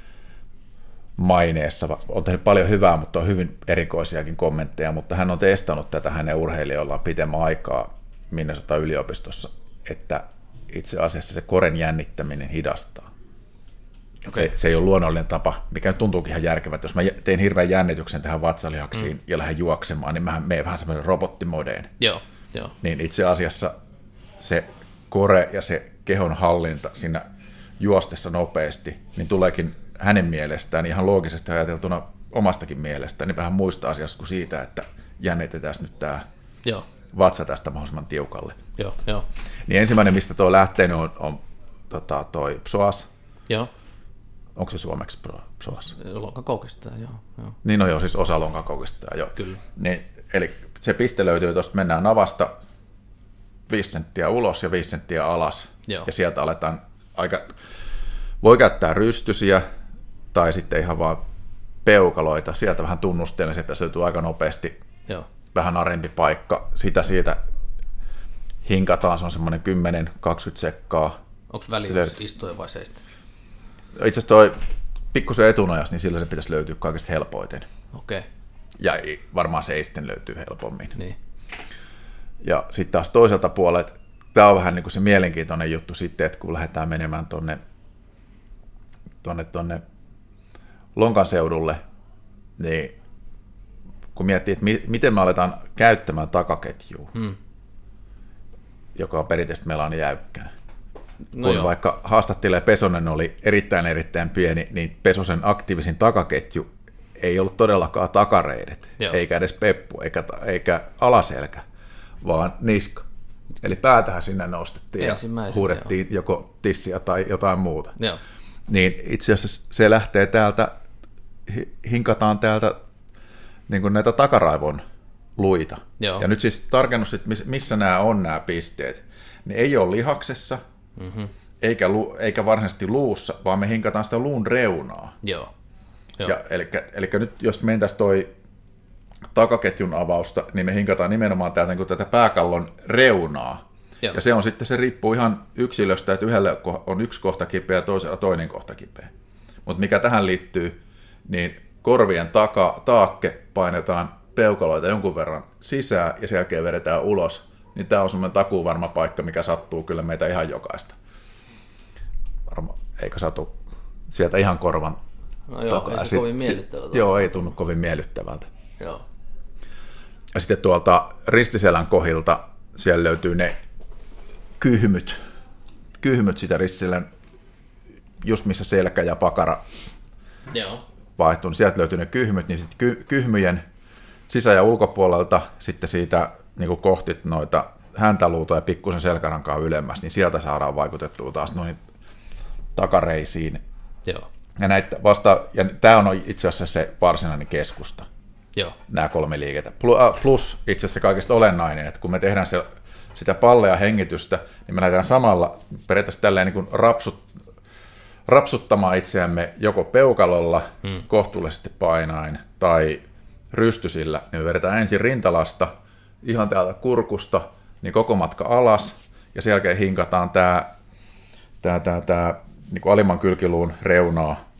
maineessa, on tehnyt paljon hyvää, mutta on hyvin erikoisiakin kommentteja, mutta hän on testannut tätä hänen urheilijoillaan pitemmän aikaa Minnesota yliopistossa, että itse asiassa se koren jännittäminen hidastaa. Okay. Se ei ole luonnollinen tapa, mikä nyt tuntuukin ihan järkevää, että jos mä tein hirveän jännityksen tähän vatsalihaksiin ja lähden juoksemaan, niin mä menen vähän semmoinen robottimodeen. Joo. Niin itse asiassa se kore ja se kehon hallinta siinä juostessa nopeasti, niin tuleekin hänen mielestään ihan loogisesti ajateltuna omastakin mielestään, niin vähän muista asiasta kuin siitä, että jännitetään nyt tämä vatsa tästä mahdollisimman tiukalle. Joo. Niin ensimmäinen, mistä tuo lähtee, on toi psoas. Joo. Onko se suomeksi psoas? Lonkakoukista, joo. Niin joo, siis osa lonkakoukista, joo. Kyllä. Niin, eli se piste löytyy tuosta, mennään navasta 5 senttiä ulos ja 5 senttiä alas, ja sieltä aletaan voi käyttää rystysiä, tai sitten ihan vaan peukaloita, sieltä vähän tunnustellen, että se löytyy aika nopeasti, vähän arempi paikka, siitä hinkataan, se on semmoinen 10-20 sekkaa. Onko väliä istua vai seistä? Itse asiassa toi pikkusen etunojas, niin sillä se pitäisi löytyä kaikista helpoiten. Okei. Ja varmaan seisten löytyy helpommin. Niin. Ja sitten taas toiselta puolelta, tämä on vähän niin kuin se mielenkiintoinen juttu sitten, että kun lähdetään menemään tuonne lonkan seudulle, niin kun miettii, että miten me aletaan käyttämään takaketjua, joka on perinteisesti meillä on jäykkänä. Kun vaikka haastattelija Pesonen oli erittäin pieni, niin Pesosen aktiivisin takaketju ei ollut todellakaan takareidet, eikä edes peppu, eikä alaselkä, vaan niska. Eli päätähän sinne nostettiin ja huudettiin joko tissiä tai jotain muuta. Niin itse asiassa se lähtee täältä, hinkataan täältä niin kuin näitä takaraivon luita. Ja nyt siis tarkennus, että missä nämä pisteet. Ne ei ole lihaksessa, eikä varsinaisesti luussa, vaan me hinkataan sitä luun reunaa. Eli nyt jos mentäisiin toi takaketjun avausta, niin me hinkataan nimenomaan täältä niin tätä pääkallon reunaa. Ja se riippuu ihan yksilöstä, että yhdellä on yksi kohta kipeä ja toisella toinen kohta kipeä. Mutta mikä tähän liittyy, niin korvien taakke painetaan peukaloita jonkun verran sisään ja sen jälkeen vedetään ulos. Niin tämä on semmoinen takuuvarma paikka, mikä sattuu kyllä meitä ihan jokaista. Eikä satu sieltä ihan korvan takaa. Ei se kovin miellyttävältä. Joo, ei tunnu kovin miellyttävältä. Ja sitten tuolta ristiselän kohdilta siellä löytyy ne kyhmyt sitä ristiselän, just missä selkä ja pakara vaihtuu, niin sieltä löytyy ne kyhmyt, niin sitten kyhmyjen sisä- ja ulkopuolelta sitten siitä niin kohti noita häntäluuta ja pikkusen selkärankaa ylemmäs, niin sieltä saadaan vaikutettua taas noihin takareisiin. Ja tämä on itse asiassa se varsinainen keskusta. Nämä 3 liikettä. Plus itse asiassa kaikista olennainen, että kun me tehdään sitä pallea hengitystä, niin me lähdetään samalla periaatteessa tälleen niin kuin rapsuttamaan itseämme joko peukalolla kohtuullisesti painain tai rystysillä, niin me vedetään ensin rintalasta ihan täältä kurkusta, niin koko matka alas, ja sen jälkeen hinkataan tämä niin kuin alimman kylkiluun reunaa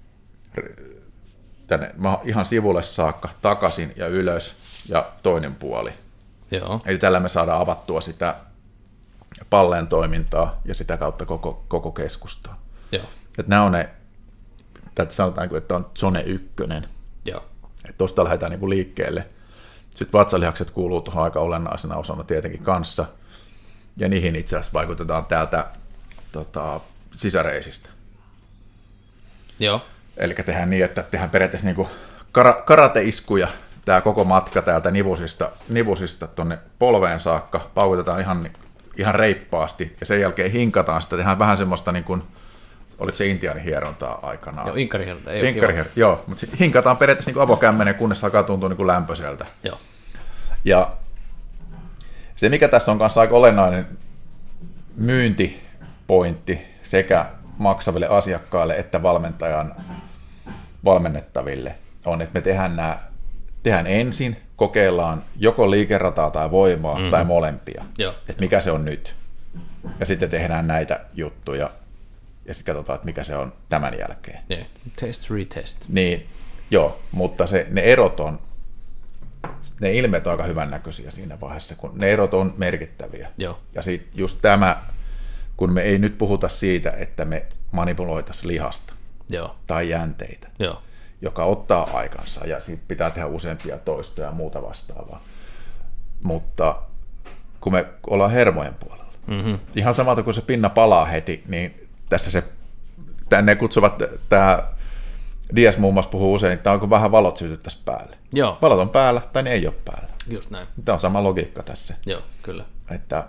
tänne ihan sivulle saakka, takaisin ja ylös, ja toinen puoli. Eli tällä me saadaan avattua sitä palleen toimintaa ja sitä kautta koko keskustaa. Että nämä on ne, että sanotaan, että on zone 1. Että tuosta lähdetään niin kuin liikkeelle. Sitten vatsalihakset kuuluu tuohon aika olennaisena osana tietenkin kanssa. Ja niihin itse asiassa vaikutetaan täältä sisäreisistä. Joo. Eli tehdään niin, että tehdään periaatteessa niin kuin karateiskuja, tämä koko matka täältä nivusista tuonne polveen saakka, paukutetaan ihan reippaasti, ja sen jälkeen hinkataan sitä, tehdään vähän semmoista, niin kuin, oliko se intiaanihierontaa aikanaan? Joo, inkarihierontaa. Joo, mutta hinkataan periaatteessa niin kuin avokämmenen, kunnes alkaa tuntua niin kuin lämpöiseltä. Joo. Ja se, mikä tässä on kanssa aika olennainen myyntipointti sekä maksaville asiakkaille että valmentajan valmennettaville, on, että me tehdään ensin, kokeillaan joko liikerataa tai voimaa tai molempia, että mikä se on nyt. Ja sitten tehdään näitä juttuja ja sitten katsotaan, että mikä se on tämän jälkeen. Yeah. Test, retest. Niin, joo, mutta ne erot on, ne ilmeet on aika hyvännäköisiä siinä vaiheessa, kun ne erot on merkittäviä. Joo. Ja sitten just tämä, kun me ei nyt puhuta siitä, että me manipuloitaisiin lihasta tai jänteitä, joka ottaa aikansa ja siitä pitää tehdä useampia toistoja ja muuta vastaavaa. Mutta kun me ollaan hermojen puolella, ihan samalta kuin se pinna palaa heti, niin tässä ne kutsuvat, tämä Diaz muun muassa puhuu usein, että onko vähän valot sytyttäisi päälle. Joo. Valot on päällä tai ne ei ole päällä. Just näin. Tämä on sama logiikka tässä. Joo, kyllä. Että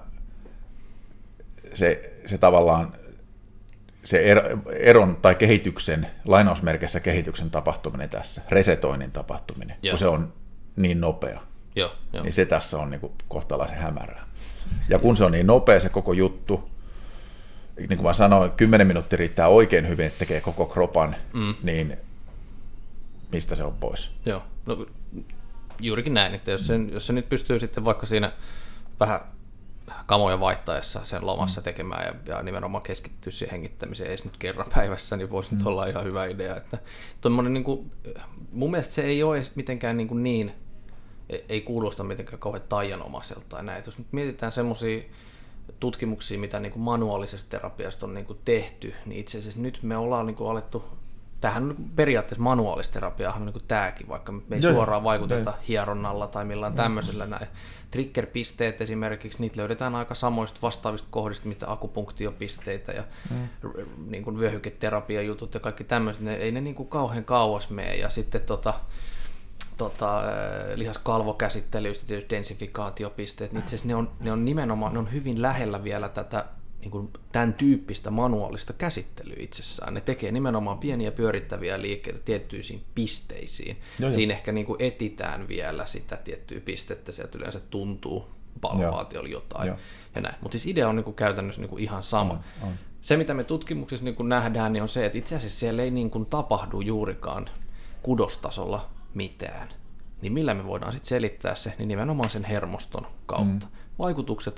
se tavallaan se eron tai kehityksen, lainausmerkeissä kehityksen tapahtuminen tässä, resetoinnin tapahtuminen, kun se on niin nopea, niin se tässä on niin kuin kohtalaisen hämärää. Ja kun se on niin nopea se koko juttu, niin kuin mä sanoin, 10 minuuttia riittää oikein hyvin, että tekee koko kropan, niin mistä se on pois? Joo, no, juurikin näin, että jos se nyt pystyy sitten vaikka siinä vähän kamoja vaihtaessa sen lomassa tekemään ja nimenomaan keskittyä siihen hengittämiseen edes nyt kerran päivässä, niin voisi nyt olla ihan hyvä idea. Että niin kuin, mun mielestä se ei ole mitenkään niin ei kuulosta mitenkään kauhean taianomaiselta tai näin. Jos nyt mietitään semmoisia tutkimuksia, mitä niin kuin manuaalisesta terapiasta on niin kuin tehty, niin itse asiassa nyt me ollaan niin kuin alettu, tähän periaatteessa manuaalisterapiahan on niin kuin tämäkin, vaikka me ei suoraan vaikuteta hieronnalla tai millään tämmöisellä näin. Trigger-pisteet esimerkiksi, niitä löydetään aika samoista vastaavista kohdista, mitä akupunktiopisteitä ja niin kuin vyöhyketerapia-jutut ja kaikki tämmöiset, ei ne niin kuin kauhean kauas mene. Ja sitten lihaskalvokäsittelyistä tietysti densifikaatiopisteet, niin itse asiassa ne on nimenomaan, ne on hyvin lähellä vielä tätä niin kuin tämän tyyppistä manuaalista käsittelyä itsessään. Ne tekee nimenomaan pieniä pyörittäviä liikkeitä tiettyisiin pisteisiin. Siinä ehkä niin kuin etitään vielä sitä tiettyä pistettä, sieltä yleensä tuntuu palvaatiolla jotain. Ja näin. Mutta siis idea on niin kuin käytännössä niin kuin ihan sama. Se, mitä me tutkimuksissa niin kuin nähdään, niin on se, että itse asiassa siellä ei niin kuin tapahdu juurikaan kudostasolla mitään. Niin millä me voidaan sitten selittää se, niin nimenomaan sen hermoston kautta. Vaikutukset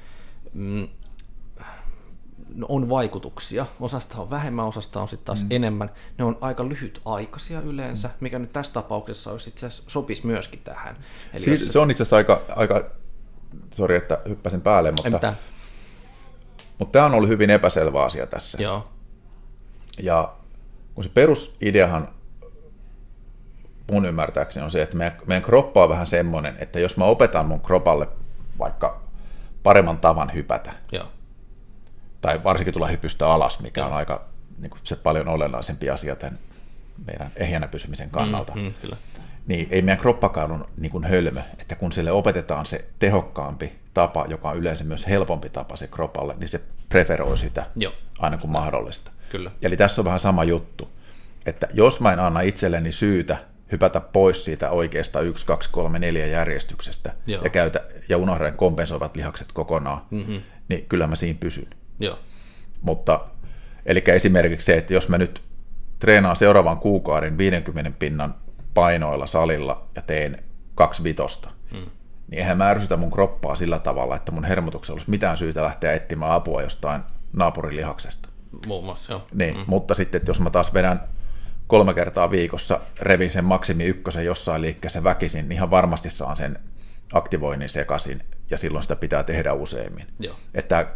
on vaikutuksia. Osasta on vähemmän, osasta on sitten taas enemmän. Ne on aika lyhytaikaisia yleensä, mikä nyt tässä tapauksessa olisi itse asiassa sopisi myöskin tähän. Eli se on itse asiassa aika sori, että hyppäsin päälle, mutta tämä on ollut hyvin epäselvä asia tässä. Joo. Ja kun se perusideahan mun ymmärtääkseni on se, että meidän kroppa on vähän semmoinen, että jos mä opetan mun kropalle vaikka paremman tavan hypätä, tai varsinkin tulla hypystä alas, mikä on aika niin kuin se paljon olennaisempi asia tämän meidän ehjänä pysymisen kannalta, kyllä. Niin ei meidän kroppakaan ole niin kuin hölmö, että kun sille opetetaan se tehokkaampi tapa, joka on yleensä myös helpompi tapa se kropalle, niin se preferoi sitä aina kun mahdollista. Kyllä. Eli tässä on vähän sama juttu, että jos mä en anna itselleni syytä hypätä pois siitä oikeasta 1, 2, 3, 4 järjestyksestä ja unohdan kompensoivat lihakset kokonaan, niin kyllä mä siinä pysyn. Joo. Mutta eli esimerkiksi se, että jos mä nyt treenaan seuraavan kuukauden 50 pinnan painoilla salilla ja teen 2 vitosta, niin eihän mä ärsytä mun kroppaa sillä tavalla, että mun hermotuksella olisi mitään syytä lähteä etsimään apua jostain naapurilihaksesta. Muun muassa, joo. Niin, mutta sitten, että jos mä taas vedän 3 kertaa viikossa, revin sen maksimi 1 jossain liikkeessä väkisin, niin ihan varmasti saan sen aktivoinnin sekaisin, ja silloin sitä pitää tehdä useammin. Joo. Että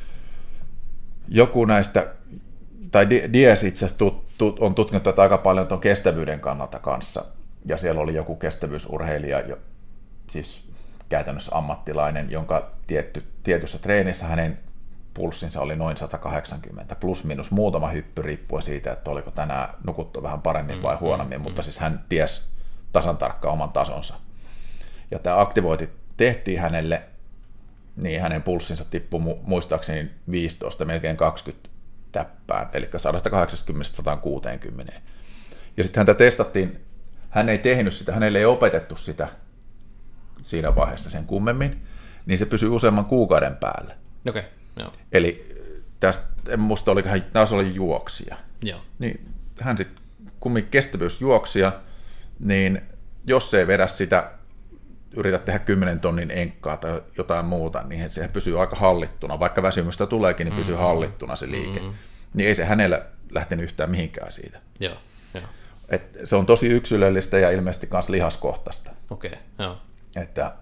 joku näistä, tai Diaz itse asiassa on tutkinut tätä aika paljon tuon kestävyyden kannalta kanssa, ja siellä oli joku kestävyysurheilija, siis käytännössä ammattilainen, jonka tietyssä treenissä hänen pulssinsa oli noin 180, plus minus muutama hyppy riippuen siitä, että oliko tänään nukuttu vähän paremmin vai huonommin, mutta siis hän tiesi tasan tarkkaan oman tasonsa. Ja tämä aktivointi tehtiin hänelle, niin hänen pulssinsa tippui muistaakseni 15, melkein 20 täppään, eli 180-160. Ja sitten häntä testattiin, hän ei tehnyt sitä, hänelle ei opetettu sitä siinä vaiheessa sen kummemmin, niin se pysyi useamman kuukauden päällä. Okei, joo. Eli tästä, musta taas oli juoksija. Joo. Niin hän sitten kumminkin kestävyysjuoksija, niin jos ei vedä sitä, yritä tehdä 10 tonnin enkkaa tai jotain muuta, niin se pysyy aika hallittuna. Vaikka väsymystä tuleekin, niin pysyy hallittuna se liike. Niin ei se hänellä lähtenyt yhtään mihinkään siitä. Joo. Et se on tosi yksilöllistä ja ilmeisesti myös lihaskohtaista. Okei, joo. Että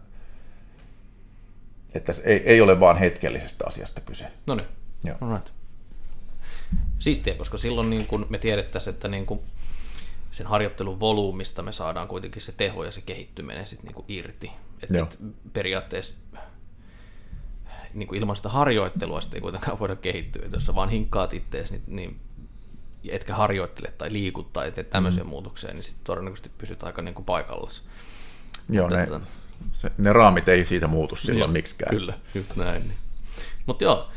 ei ole vaan hetkellisestä asiasta kyse. No niin, right. Siistiä, koska silloin niin kun me tiedettäisiin, että niin kun sen harjoittelun volyymista me saadaan kuitenkin se teho ja se kehittyminen sit niin kun irti. Että periaatteessa niin kun ilman sitä harjoittelua sitä ei kuitenkaan voida kehittyä. Jos sä vaan hinkkaat ittees, niin etkä harjoittele tai liikut tai teet tämmöisiä muutoksia, niin sitten todennäköisesti pysyt aika niin kuin paikallaan. Joo, ne raamit ei siitä muutu silloin miksikään. Kyllä, just näin. Niin. Mutta joo,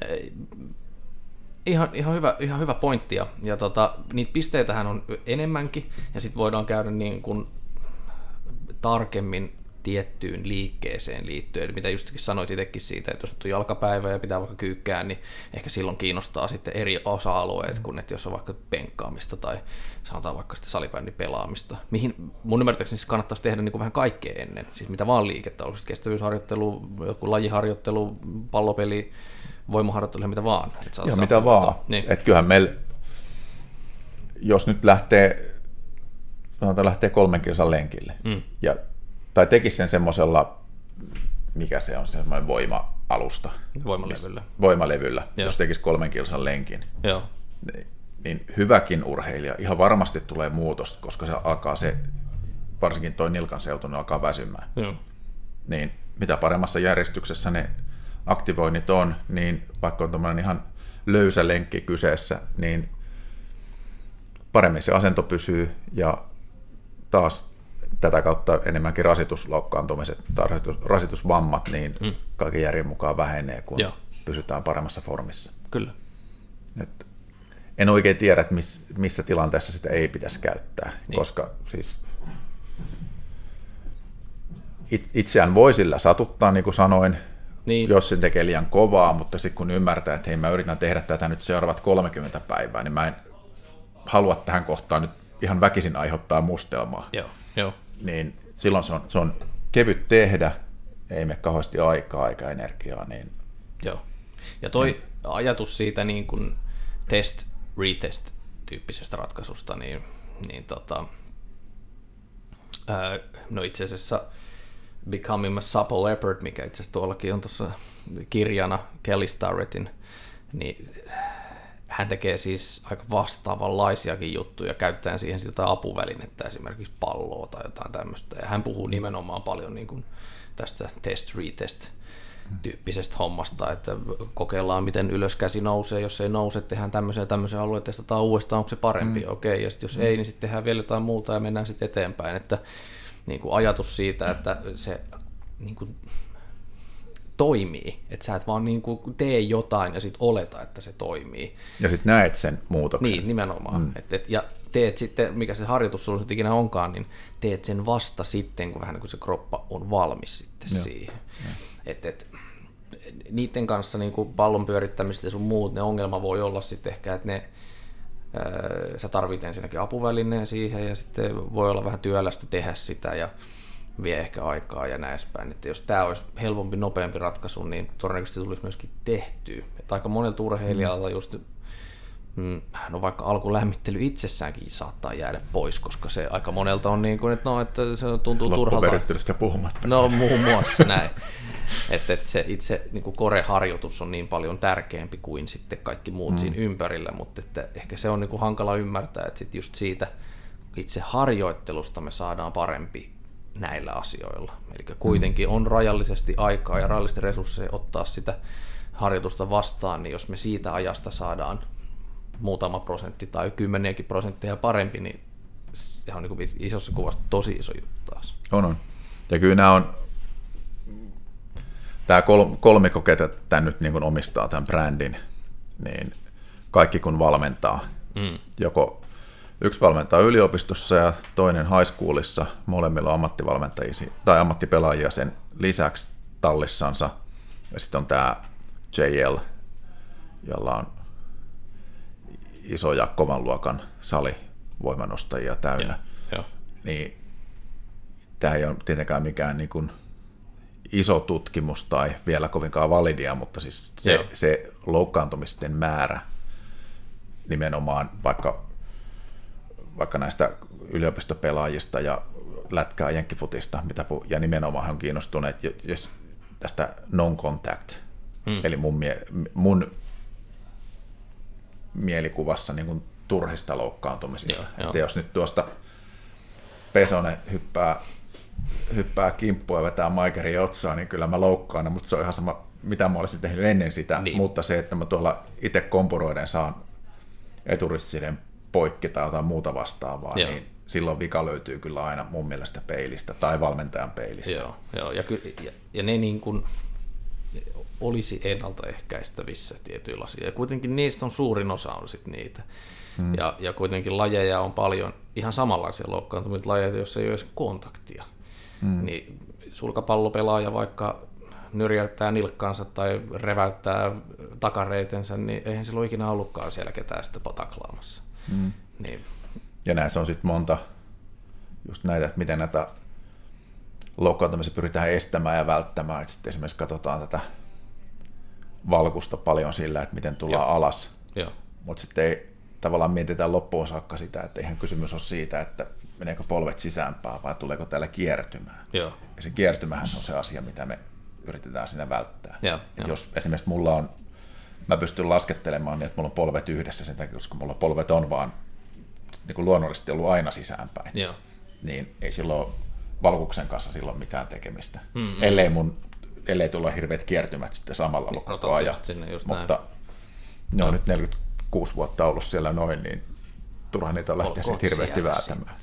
ihan hyvä pointti. Ja niitä pisteitähän on enemmänkin, ja sitten voidaan käydä niin kuin tarkemmin tiettyyn liikkeeseen liittyen, eli mitä justkin sanoit itsekin siitä, että jos on jalkapäivä ja pitää vaikka kyykkää, niin ehkä silloin kiinnostaa sitten eri osa-alueet, kun että jos on vaikka penkkaamista tai sanotaan vaikka sitten salibändin pelaamista, mihin mun ymmärtääkseni siis kannattaisi tehdä niin kuin vähän kaikkea ennen, siis mitä vaan liikettä, onko sitten kestävyysharjoittelu, joku lajiharjoittelu, pallopeli, voimaharjoittelu ja mitä vaan. Joo, mitä vaan. Niin. Että kyllähän meillä, jos nyt lähtee 3 kilsan lenkille, tai tekisi sen semmoisella, mikä se on, semmoinen voima-alusta. Voimalevyllä, jos tekisi 3 kilsan lenkin. Joo. Niin hyväkin urheilija, ihan varmasti tulee muutosta, koska se varsinkin toi nilkan seutu, niin alkaa väsymään. Joo. Niin mitä paremmassa järjestyksessä ne aktivoinnit on, niin vaikka on tommoinen ihan löysä lenkki kyseessä, niin paremmin se asento pysyy ja taas tätä kautta enemmänkin rasitusloukkaantumiset tai rasitusvammat, niin kaiken järjen mukaan vähenee, kun pysytään paremmassa formissa. Kyllä. Et en oikein tiedä, että missä tilanteessa sitä ei pitäisi käyttää, koska siis itseään voi sillä satuttaa, niin kuin sanoin, jos se tekee liian kovaa, mutta sitten kun ymmärtää, että hei, mä yritän tehdä tätä nyt seuraavat 30 päivää, niin mä en halua tähän kohtaan nyt ihan väkisin aiheuttaa mustelmaa. Joo. Niin silloin se on kevyt tehdä, ei mene kauheasti aikaa eikä energiaa. Niin. Joo. Ja toi ajatus siitä niin kuin retest-tyyppisestä ratkaisusta, no itse asiassa Becoming a Supple Leopard, mikä itse asiassa tuollakin on tuossa kirjana Kelly Starrettin, niin hän tekee siis aika vastaavanlaisiakin juttuja, käyttäen siihen jotain apuvälinettä, esimerkiksi palloa tai jotain tämmöistä. Ja hän puhuu nimenomaan paljon niin kuin tästä test-retest-tyyppisestä hommasta, että kokeillaan, miten ylöskäsi nousee. Jos ei nouse, tehdään tämmöisiä alueita, testataan uudestaan, onko se parempi, okei. Ja sitten jos ei, niin sitten tehdään vielä jotain muuta ja mennään sitten eteenpäin. Että niin kuin ajatus siitä, että se niin kuin toimii, että sä et vaan niin kuin tee jotain ja sitten oleta, että se toimii. Ja sitten näet sen muutoksen. Niin, nimenomaan. Ja teet sitten, mikä se harjoitus sulla ikinä onkaan, niin teet sen vasta sitten, kun vähän niin kuin se kroppa on valmis sitten siihen. Niiden kanssa niin kuin pallon pyörittämistä ja sun muut, ne ongelma voi olla sitten ehkä, että sä tarvit ensinnäkin apuvälineen siihen ja sitten voi olla vähän työlästä tehdä sitä ja vie ehkä aikaa ja näin päin. Että jos tämä olisi helpompi, nopeampi ratkaisu, niin todennäköisesti tulisi myöskin tehtyä. Että aika monelta urheilijalta just, vaikka alkulämmittely itsessäänkin saattaa jäädä pois, koska se aika monelta on niin kuin, että se tuntuu turhalta. Loppuveryttelystä puhumatta. No muun muassa näin. Että se itse niin kuin core-harjoitus on niin paljon tärkeämpi kuin sitten kaikki muut siinä ympärillä, mutta että ehkä se on niin kuin hankala ymmärtää, että sit just siitä itse harjoittelusta me saadaan parempi näillä asioilla. Eli kuitenkin on rajallisesti aikaa ja rajallisesti resursseja ottaa sitä harjoitusta vastaan, niin jos me siitä ajasta saadaan muutama prosentti tai 10% parempi, niin se on niin kuin isossa kuvassa tosi iso juttu taas. On. Ja kyllä tämä kolmikko, ketä tämän nyt niin kuin omistaa tämän brändin, niin kaikki kun valmentaa, joko yksi valmentaa yliopistossa ja toinen high schoolissa, molemmilla on ammattivalmentajia tai ammattipelaajia sen lisäksi tallissansa, ja sitten on tämä JL, jolla on iso ja kovan luokan sali voimanostajia täynnä, niin tämä ei ole tietenkään mikään niin kuin iso tutkimus tai vielä kovinkaan validia, mutta siis se loukkaantumisten määrä nimenomaan vaikka näistä yliopistopelaajista ja lätkää jenkkifutista, ja nimenomaan on kiinnostuneet tästä non-contact, eli mun mielikuvassa niin kuin turhista loukkaantumisista. Että jos nyt tuosta Pesonen hyppää kimppua ja vetää maikerin otsaan, niin kyllä mä loukkaan, mutta se on ihan sama, mitä mä olisin tehnyt ennen sitä, mutta se, että mä tuolla itse kompuroiden saan eturistsilien poikki tai jotain muuta vastaavaa, niin silloin vika löytyy kyllä aina mun mielestä peilistä tai valmentajan peilistä. Joo. Ja ne niin kuin olisi ennaltaehkäistävissä tietyillä asioilla. Ja kuitenkin niistä on suurin osa on sit niitä. Ja kuitenkin lajeja on paljon, ihan samanlaisia loukkaantumisia lajeja, joissa ei ole edes kontaktia. Niin sulkapallopelaaja vaikka nyrjäyttää nilkkaansa tai reväyttää takareitensä, niin eihän sillä ole ikinä ollutkaan siellä ketään sitä taklaamassa. Niin. Ja näissä on sitten monta just näitä, että miten näitä loukkaantumisia pyritään estämään ja välttämään. Et sitten esimerkiksi katsotaan tätä valkusta paljon sillä, että miten tullaan alas. Mutta sitten ei tavallaan mietitään loppuun saakka sitä, että eihän kysymys ole siitä, että meneekö polvet sisäänpäin vai tuleeko täällä kiertymään. Ja se kiertymähän on se asia, mitä me yritetään siinä välttää. Jos esimerkiksi mä pystyn laskettelemaan niin, että mulla on polvet yhdessä sen takia, koska mulla polvet on vaan niin kuin luonnollisesti ollut aina sisäänpäin, niin ei silloin valkuksen kanssa silloin mitään tekemistä. Ellei tulla hirveät kiertymät sitten samalla ollut koko ajan. Mutta ne on nyt 46 vuotta ollut siellä noin, niin turhaan niitä on lähteä sitten hirveästi väätämään.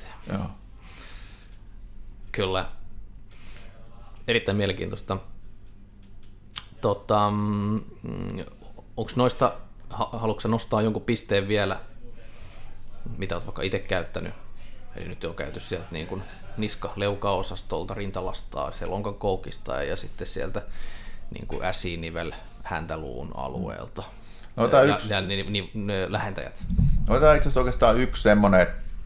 Kyllä. Erittäin mielenkiintoista. Onko noista, haluatko nostaa jonkun pisteen vielä, mitä olet vaikka itse käyttänyt? Eli nyt on käyty sieltä niin kuin niska-leukaosastolta, rintalastaa, se lonkan koukista ja sitten sieltä niin kuin äsinivel häntäluun alueelta. Lähentäjät. Otetaan itse asiassa oikeastaan yksi semmoinen,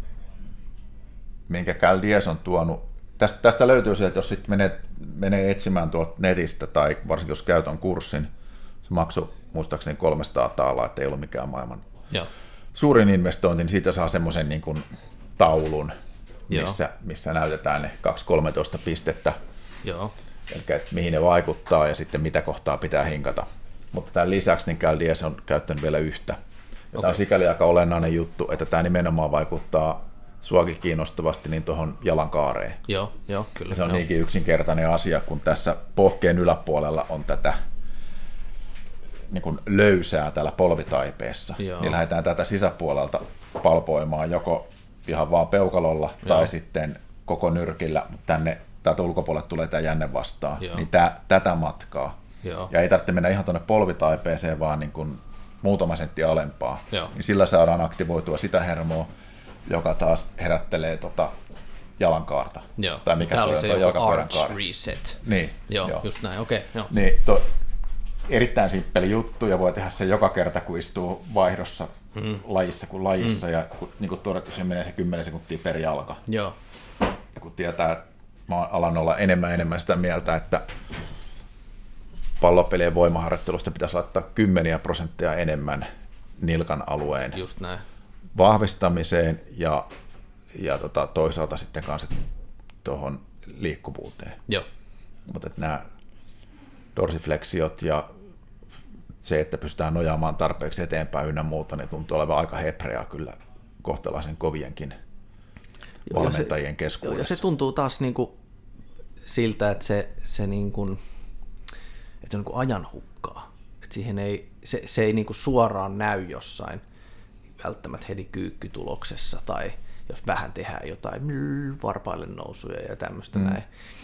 minkä Cal Diaz on tuonut. Tästä löytyy se, että jos sitten menee etsimään tuolta netistä, tai varsinkin jos käy ton kurssin, se maksoi muistaakseni 300 taalaa, että ei ollut mikään maailman suurin investointi, niin siitä saa semmoisen niin kuin taulun, missä näytetään ne 2-13 pistettä, eli että mihin ne vaikuttaa ja sitten mitä kohtaa pitää hinkata. Mutta tämän lisäksi niin Cal Diaz on käyttänyt vielä yhtä. Ja tämä on sikäli aika olennainen juttu, että tämä nimenomaan vaikuttaa suakin kiinnostavasti niin tuohon jalankaareen. Joo, kyllä. Ja se on niinkin yksinkertainen asia, kun tässä pohkeen yläpuolella on tätä niin kuin löysää täällä polvitaipeessa, niin lähdetään tätä sisäpuolelta palpoimaan joko ihan vaan peukalolla tai sitten koko nyrkillä, tänne täältä ulkopuolelle tulee tämä jänne vastaan, niin tätä matkaa. Ja ei tarvitse mennä ihan tuonne polvitaipeeseen, vaan niin kuin muutama sentti alempaa, niin sillä saadaan aktivoitua sitä hermoa, joka taas herättelee jalankaarta. Tai mikä tämä oli se joku arch reset. Niin, just näin, okei. Niin, erittäin simppeli juttu, ja voi tehdä se joka kerta, kun istuu vaihdossa lajissa kuin lajissa, ja niin kuin todettu, se menee se 10 sekuntia per jalka. Ja kun tietää, että mä alan olla enemmän sitä mieltä, että pallopelien voimaharjoittelusta pitäisi laittaa 10% enemmän nilkan alueen vahvistamiseen ja toisaalta sitten kanssa tuohon liikkuvuuteen. Mutta nämä dorsifleksiot ja se, että pystytään nojaamaan tarpeeksi eteenpäin ynnä muuta, niin tuntuu olevan aika hepreaa kyllä kohtalaisen kovienkin valmentajien keskuudessa. Ja se tuntuu taas, niin kuin, siltä, että se niin kuin, että se on niin kuin ajan hukkaa. Että siihen se ei niin kuin suoraan näy jossain välttämättä heti kyykkytuloksessa tai jos vähän tehdään jotain varpaille nousuja ja tämmöistä näin.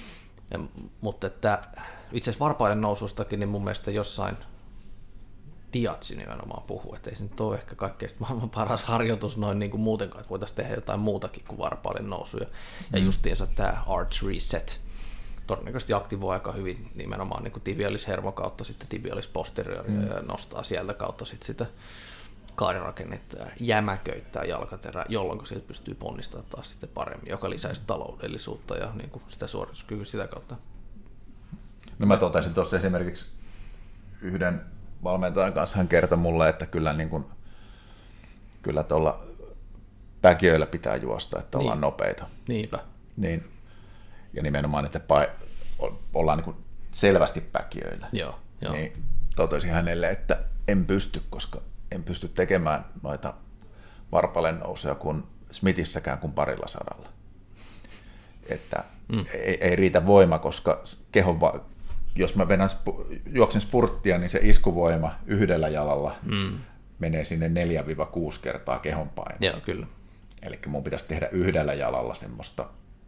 Mutta että itse asiassa varpaille nousustakin, niin mun mielestä jossain Diatsi nimenomaan puhuu, että ei se nyt ole ehkä kaikkein maailman paras harjoitus noin niin kuin muutenkaan, että voitaisiin tehdä jotain muutakin kuin varpaille nousuja. Ja justiinsa tämä Arch Reset todennäköisesti aktivoi aika hyvin nimenomaan niin kuin tibialis-hermo kautta sitten tibialis-posterioria ja nostaa sieltä kautta sitten sitä kaarirakennetta ja jämäköittää jalkaterää, jolloin siitä pystyy ponnistamaan taas sitten paremmin, joka lisäisi taloudellisuutta ja niin kuin sitä suorituskykyä sitä kautta. No mä totesin tuossa esimerkiksi yhden valmentajan kanssa, hän kertoi mulle, että kyllä, niin kuin, kyllä tuolla päkiöillä pitää juosta, että ollaan nopeita. Niinpä. Niin, ja nimenomaan, että ollaan niin kuin selvästi päkiöillä. Joo. Niin totesin hänelle, että en pysty, koska en pysty tekemään noita varpaille nousuja kuin Smithissäkään kuin 200. Että ei riitä voima, koska jos mä juoksen spurttia, niin se iskuvoima yhdellä jalalla menee sinne 4-6 kertaa kehon painoon. Joo, kyllä. Eli mun pitäisi tehdä yhdellä jalalla semmoista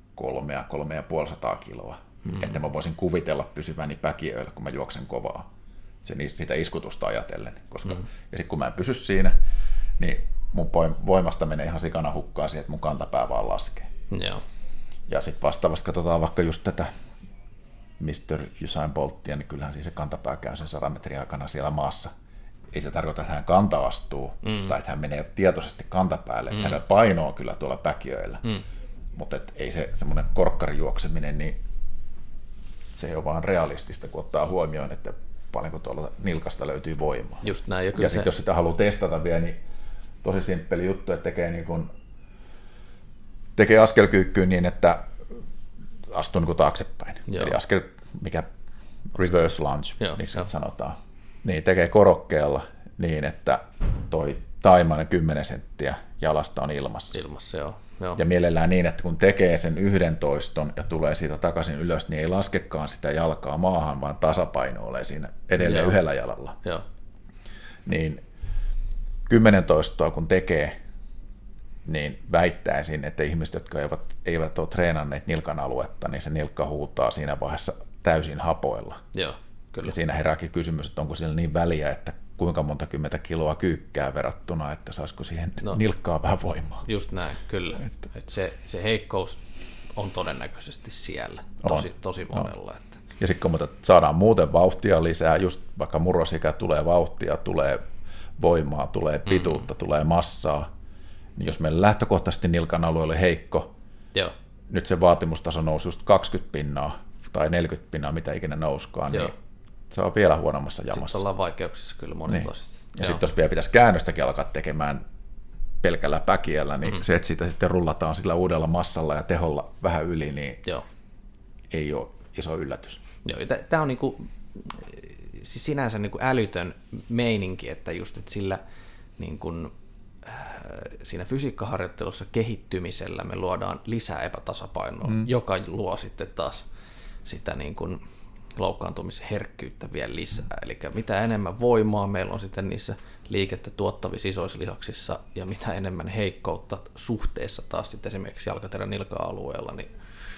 300-350 kiloa, että mä voisin kuvitella pysyväni päkiöillä, kun mä juoksen kovaa. Sitä iskutusta ajatellen. Ja sitten kun mä en pysy siinä, niin mun voimasta menee ihan sikana hukkaan siihen, että mun kantapää vaan laskee. Joo. Ja sitten vastaavasti katsotaan vaikka just tätä Mr. Usain Bolttia, niin kyllähän siis se kantapää käy sen 100 metrin aikana siellä maassa. Ei se tarkoita, että hän kanta astuu, tai että hän menee tietoisesti kantapäälle, että hänellä paino on kyllä tuolla päkiöillä. Mutta ei se semmoinen korkkarijuokseminen, niin se ei ole vaan realistista, kun ottaa huomioon, että paljonko tuolla nilkasta löytyy voimaa. Just näin. Ja sitten jos sitä haluaa testata vielä, niin tosi simppeli juttu, että tekee askelkyykkyyn niin, että astuu niin kuin taaksepäin. Joo. Eli askel, mikä reverse lunge, miksi sanotaan. Niin tekee korokkeella niin, että toi taimainen 10 senttiä jalasta on ilmassa. Joo. Ja mielellään niin, että kun tekee sen 1 toiston ja tulee siitä takaisin ylös, niin ei laskekaan sitä jalkaa maahan, vaan tasapainoilee siinä edelleen yhdellä jalalla. Joo. Niin 10 toistoa kun tekee, niin väittäisin, että ihmiset, jotka eivät ole treenanneet nilkan aluetta, niin se nilkka huutaa siinä vaiheessa täysin hapoilla. Joo, kyllä. Ja siinä herääkin kysymys, että onko sillä niin väliä, että kuinka monta 10 kiloa kyykkää verrattuna, että saisiko siihen nilkkaan vähän voimaa. Just näin, kyllä. Että se heikkous on todennäköisesti siellä tosi monella. Että. Ja sitten kun saadaan muuten vauhtia lisää, just vaikka murrosikä tulee vauhtia, tulee voimaa, tulee pituutta, tulee massaa, niin jos meillä lähtökohtaisesti nilkan alue oli heikko, nyt se vaatimustaso nousi just 20 pinnaa tai 40 pinnaa, mitä ikinä nouskaan, niin se on vielä huonommassa jamassa. Sitten ollaan vaikeuksissa kyllä monitoisesti. Niin. Ja sitten jos vielä pitäisi käännöstäkin alkaa tekemään pelkällä päkiällä, niin se, että siitä sitten rullataan sillä uudella massalla ja teholla vähän yli, niin ei ole iso yllätys. Joo, tämä on niinku, siis sinänsä niinku älytön meininki, että just että sillä niinku, siinä fysiikkaharjoittelussa kehittymisellä me luodaan lisää epätasapainoa, joka luo sitten taas sitä niin kuin loukkaantumisen herkkyyttä vielä lisää. Eli mitä enemmän voimaa meillä on sitten niissä liikettä tuottavissa isoissa lihaksissa ja mitä enemmän heikkoutta suhteessa taas sitten esimerkiksi jalkaterän nilka-alueella, niin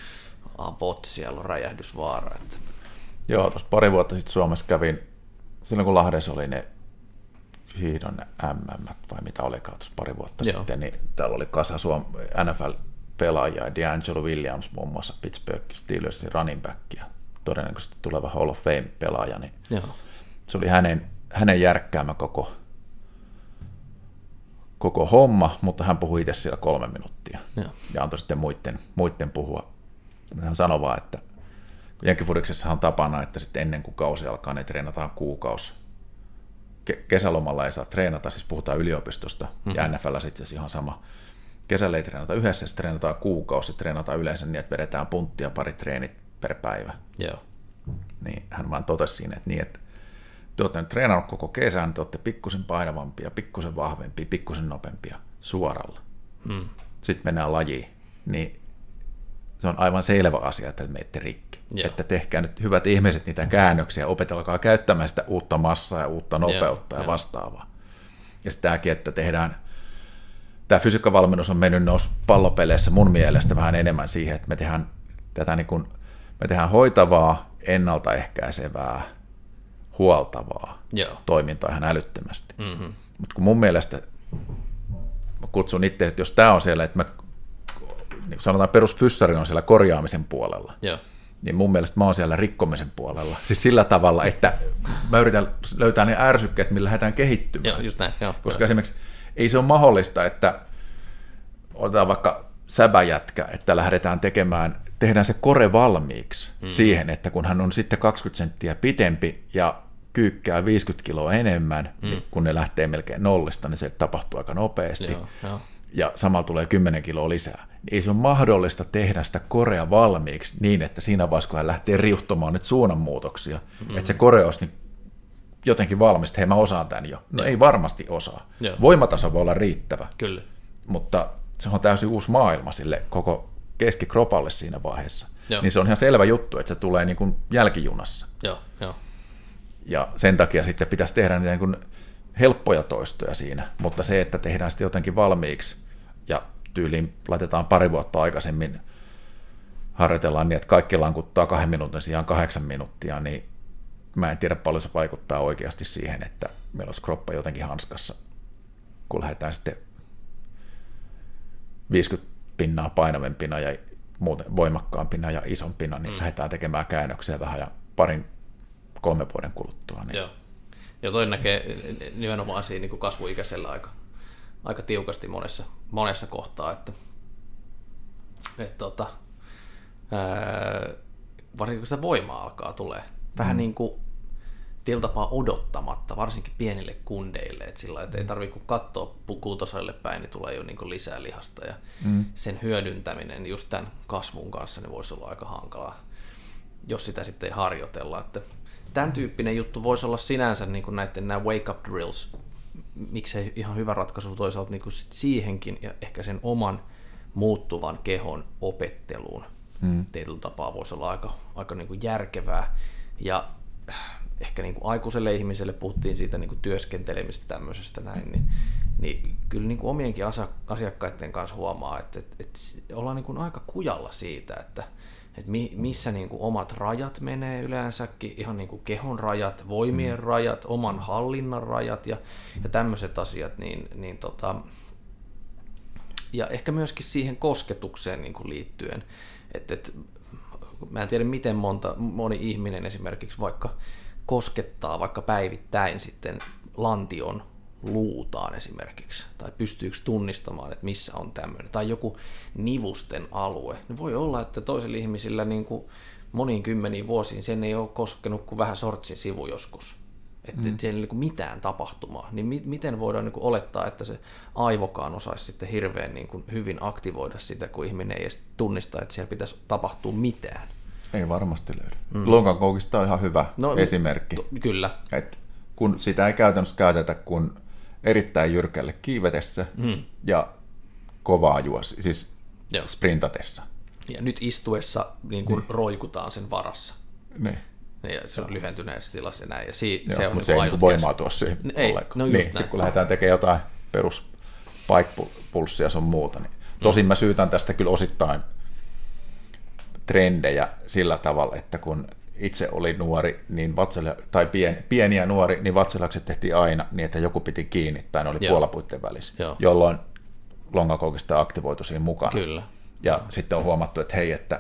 siellä on räjähdysvaara. Että. Joo, tuossa pari vuotta sitten Suomessa kävin, silloin kun Lahdessa oli ne hiidon MM vai mitä olikaan tuossa pari vuotta sitten, niin täällä oli kasa NFL-pelaajia, D'Angelo Williams muun muassa, Pittsburgh Steelersin running back ja todennäköisesti tuleva Hall of Fame-pelaaja, niin se oli hänen järkkäämä koko homma, mutta hän puhui itse siellä 3 minuuttia ja antoi sitten muiden puhua. Hän sanoi vaan, että Jenkkifuriksessahan on tapana, että sitten ennen kuin kausi alkaa, niin treenataan kuukausi. Kesälomalla ei saa treenata, siis puhutaan yliopistosta, ja NFL sitten ihan sama. Kesällä ei treenata yhdessä, sitten treenataan kuukausi, sitten treenataan yleensä niin, että vedetään punttia 2 treenit per päivä. Joo. Niin hän vaan totesi siinä, että te olette nyt treenannut koko kesän, te olette pikkusen painavampia, pikkusen vahvempia, pikkusen nopeampia suoralla. Sitten mennään lajiin, niin se on aivan selvä asia, että menette rikki. Joo. Että tehkää nyt hyvät ihmiset niitä käännöksiä, opetelkaa käyttämään sitä uutta massaa ja uutta nopeutta ja vastaavaa. Ja sitten tämäkin, että tämä fysiikkavalmennus on mennyt noissa pallopeleissä mun mielestä vähän enemmän siihen, että me tehdään tätä niin kuin, me tehdään hoitavaa, ennaltaehkäisevää, huoltavaa toimintaa ihan älyttömästi. Mm-hmm. Mutta kun mun mielestä, mä kutsun itse, että jos tämä on siellä, että niin sanotaan peruspyssari on siellä korjaamisen puolella, niin mun mielestä mä oon siellä rikkomisen puolella. Siis sillä tavalla, että mä yritän löytää ne ärsykkeet, millä lähdetään kehittymään. Just näin. Koska esimerkiksi ei se ole mahdollista, että otetaan vaikka säbäjätkä, että tehdään se kore valmiiksi siihen, että kun hän on sitten 20 senttiä pitempi ja kyykkää 50 kiloa enemmän, niin kun ne lähtee melkein nollista, niin se tapahtuu aika nopeasti. Ja samalla tulee 10 kiloa lisää. Ei se ole mahdollista tehdä sitä korea valmiiksi niin, että siinä vaiheessa, kun hän lähtee riuhtomaan nyt suunnanmuutoksia, että se kore olisi niin jotenkin valmis, että hei, mä osaan tämän jo. No ei varmasti osaa. Voimataso voi olla riittävä, kyllä, mutta se on täysin uusi maailma sille koko keskikropalle siinä vaiheessa. Niin se on ihan selvä juttu, että se tulee niin kuin jälkijunassa. Ja sen takia sitten pitäisi tehdä niin kuin helppoja toistoja siinä, mutta se, että tehdään sitten jotenkin valmiiksi ja tyyliin laitetaan pari vuotta aikaisemmin, harjoitellaan niin, että kaikki lankuttaa 2 minuutin sijaan 8 minuuttia, niin mä en tiedä paljon se vaikuttaa oikeasti siihen, että meillä olisi kroppa jotenkin hanskassa, kun lähdetään sitten 50 pinnaa painavempina ja muuten voimakkaampina ja isompina, niin lähdetään tekemään käännöksiä vähän ja 2-3 vuoden kuluttua. Niin. Joo. Ja toi näkee nimenomaan siinä niin kuin kasvuikäisellä aika tiukasti monessa kohtaa, että varsinkin kun sitä voimaa alkaa tulee vähän niin kuin tiltapaa odottamatta, varsinkin pienille kundeille, että sillä että ei tarvitse kun katsoa kuutoselle päin, niin tulee jo niin kuin lisää lihasta ja sen hyödyntäminen just tämän kasvun kanssa niin voisi olla aika hankalaa, jos sitä sitten ei harjoitella, että tämän tyyppinen juttu voisi olla sinänsä niin kuin nämä wake up drills, miksei ihan hyvä ratkaisu toisaalta niin kuin sit siihenkin ja ehkä sen oman muuttuvan kehon opetteluun. Tietyllä tapaa voisi olla aika niin kuin järkevää ja ehkä niin kuin aikuiselle ihmiselle puhuttiin siitä niin kuin työskentelemistä tämmöisestä näin, niin kyllä niin kuin omienkin asiakkaiden kanssa huomaa, että ollaan niin kuin aika kujalla siitä, että missä niin kuin omat rajat menee yleensäkin, ihan niin kuin kehon rajat, voimien rajat, oman hallinnan rajat ja tämmöiset asiat, ja ehkä myöskin siihen kosketukseen niin kuin liittyen, että mä en tiedä miten moni ihminen esimerkiksi vaikka koskettaa vaikka päivittäin sitten lantion luutaan esimerkiksi, tai pystyykö tunnistamaan, että missä on tämmöinen, tai joku nivusten alue. Niin voi olla, että toisilla ihmisillä niin kuin moniin kymmeniin vuosiin sen ei ole koskenut kuin vähän sortsin sivu joskus. Että siellä ei ole niin kuin mitään tapahtumaa. Niin miten voidaan niin kuin olettaa, että se aivokaan osaisi sitten hirveän niin kuin hyvin aktivoida sitä, kun ihminen ei edes tunnista, että siellä pitäisi tapahtua mitään. Ei varmasti löydy. Lonkankoukista on ihan hyvä esimerkki. Kyllä. Et kun sitä ei käytännössä käytetä kuin erittäin jyrkälle kiivetessä ja kovaa siis sprintatessa. Ja nyt istuessa niin kuin roikutaan sen varassa. Niin. Ja se on lyhentyneessä tilassa ja näin. Ja se on se ei niin voimaa tuossa siihen ollenkaan. No niin, kun lähdetään tekemään jotain perus spike-pulssia sun muuta. Niin. Tosin mä syytän tästä kyllä osittain trendejä sillä tavalla, että kun itse oli nuori, niin tai pieni ja nuori, niin vatsalihakset tehtiin aina niin, että joku piti kiinni tai ne oli puolapuitten välissä, jolloin lonkakoukista aktivoitu siinä mukana. Kyllä. Ja sitten on huomattu, että hei, että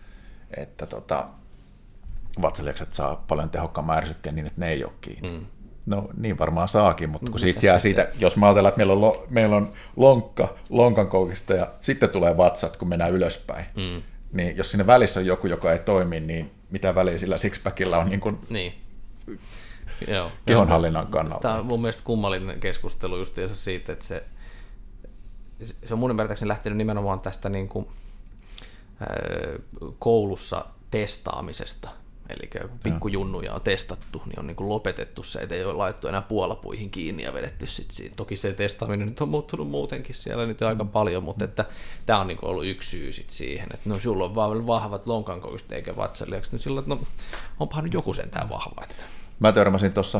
vatsalihakset saa paljon tehokkaamman ärsykkeen niin, että ne ei ole kiinni. No niin varmaan saakin, mutta kun siitä jää siitä, jos me ajatellaan, että meillä on lonkankoukista ja sitten tulee vatsat, kun mennään ylöspäin, niin jos siinä välissä on joku, joka ei toimi, niin mitä väliä sillä sixpackilla on kehonhallinnan kannalta. Tämä on mun mielestä kummallinen keskustelu just siitä, että se on mun ymmärtääkseni lähtenyt nimenomaan tästä niin kuin, koulussa testaamisesta, eli kun pikkujunnuja on testattu, niin on niin kuin lopetettu se, että ei ole laittu enää puolapuihin kiinni ja vedetty sitten siinä. Toki se testaaminen nyt on muuttunut muutenkin siellä nyt aika paljon, mutta että tämä on niin kuin ollut yksi syy sit siihen, että no sulla on vaan vahvat lonkankoukset eikä vatsalihakset, niin silloin, että no onpahan nyt joku sentään vahva. Että. Mä törmäsin tuossa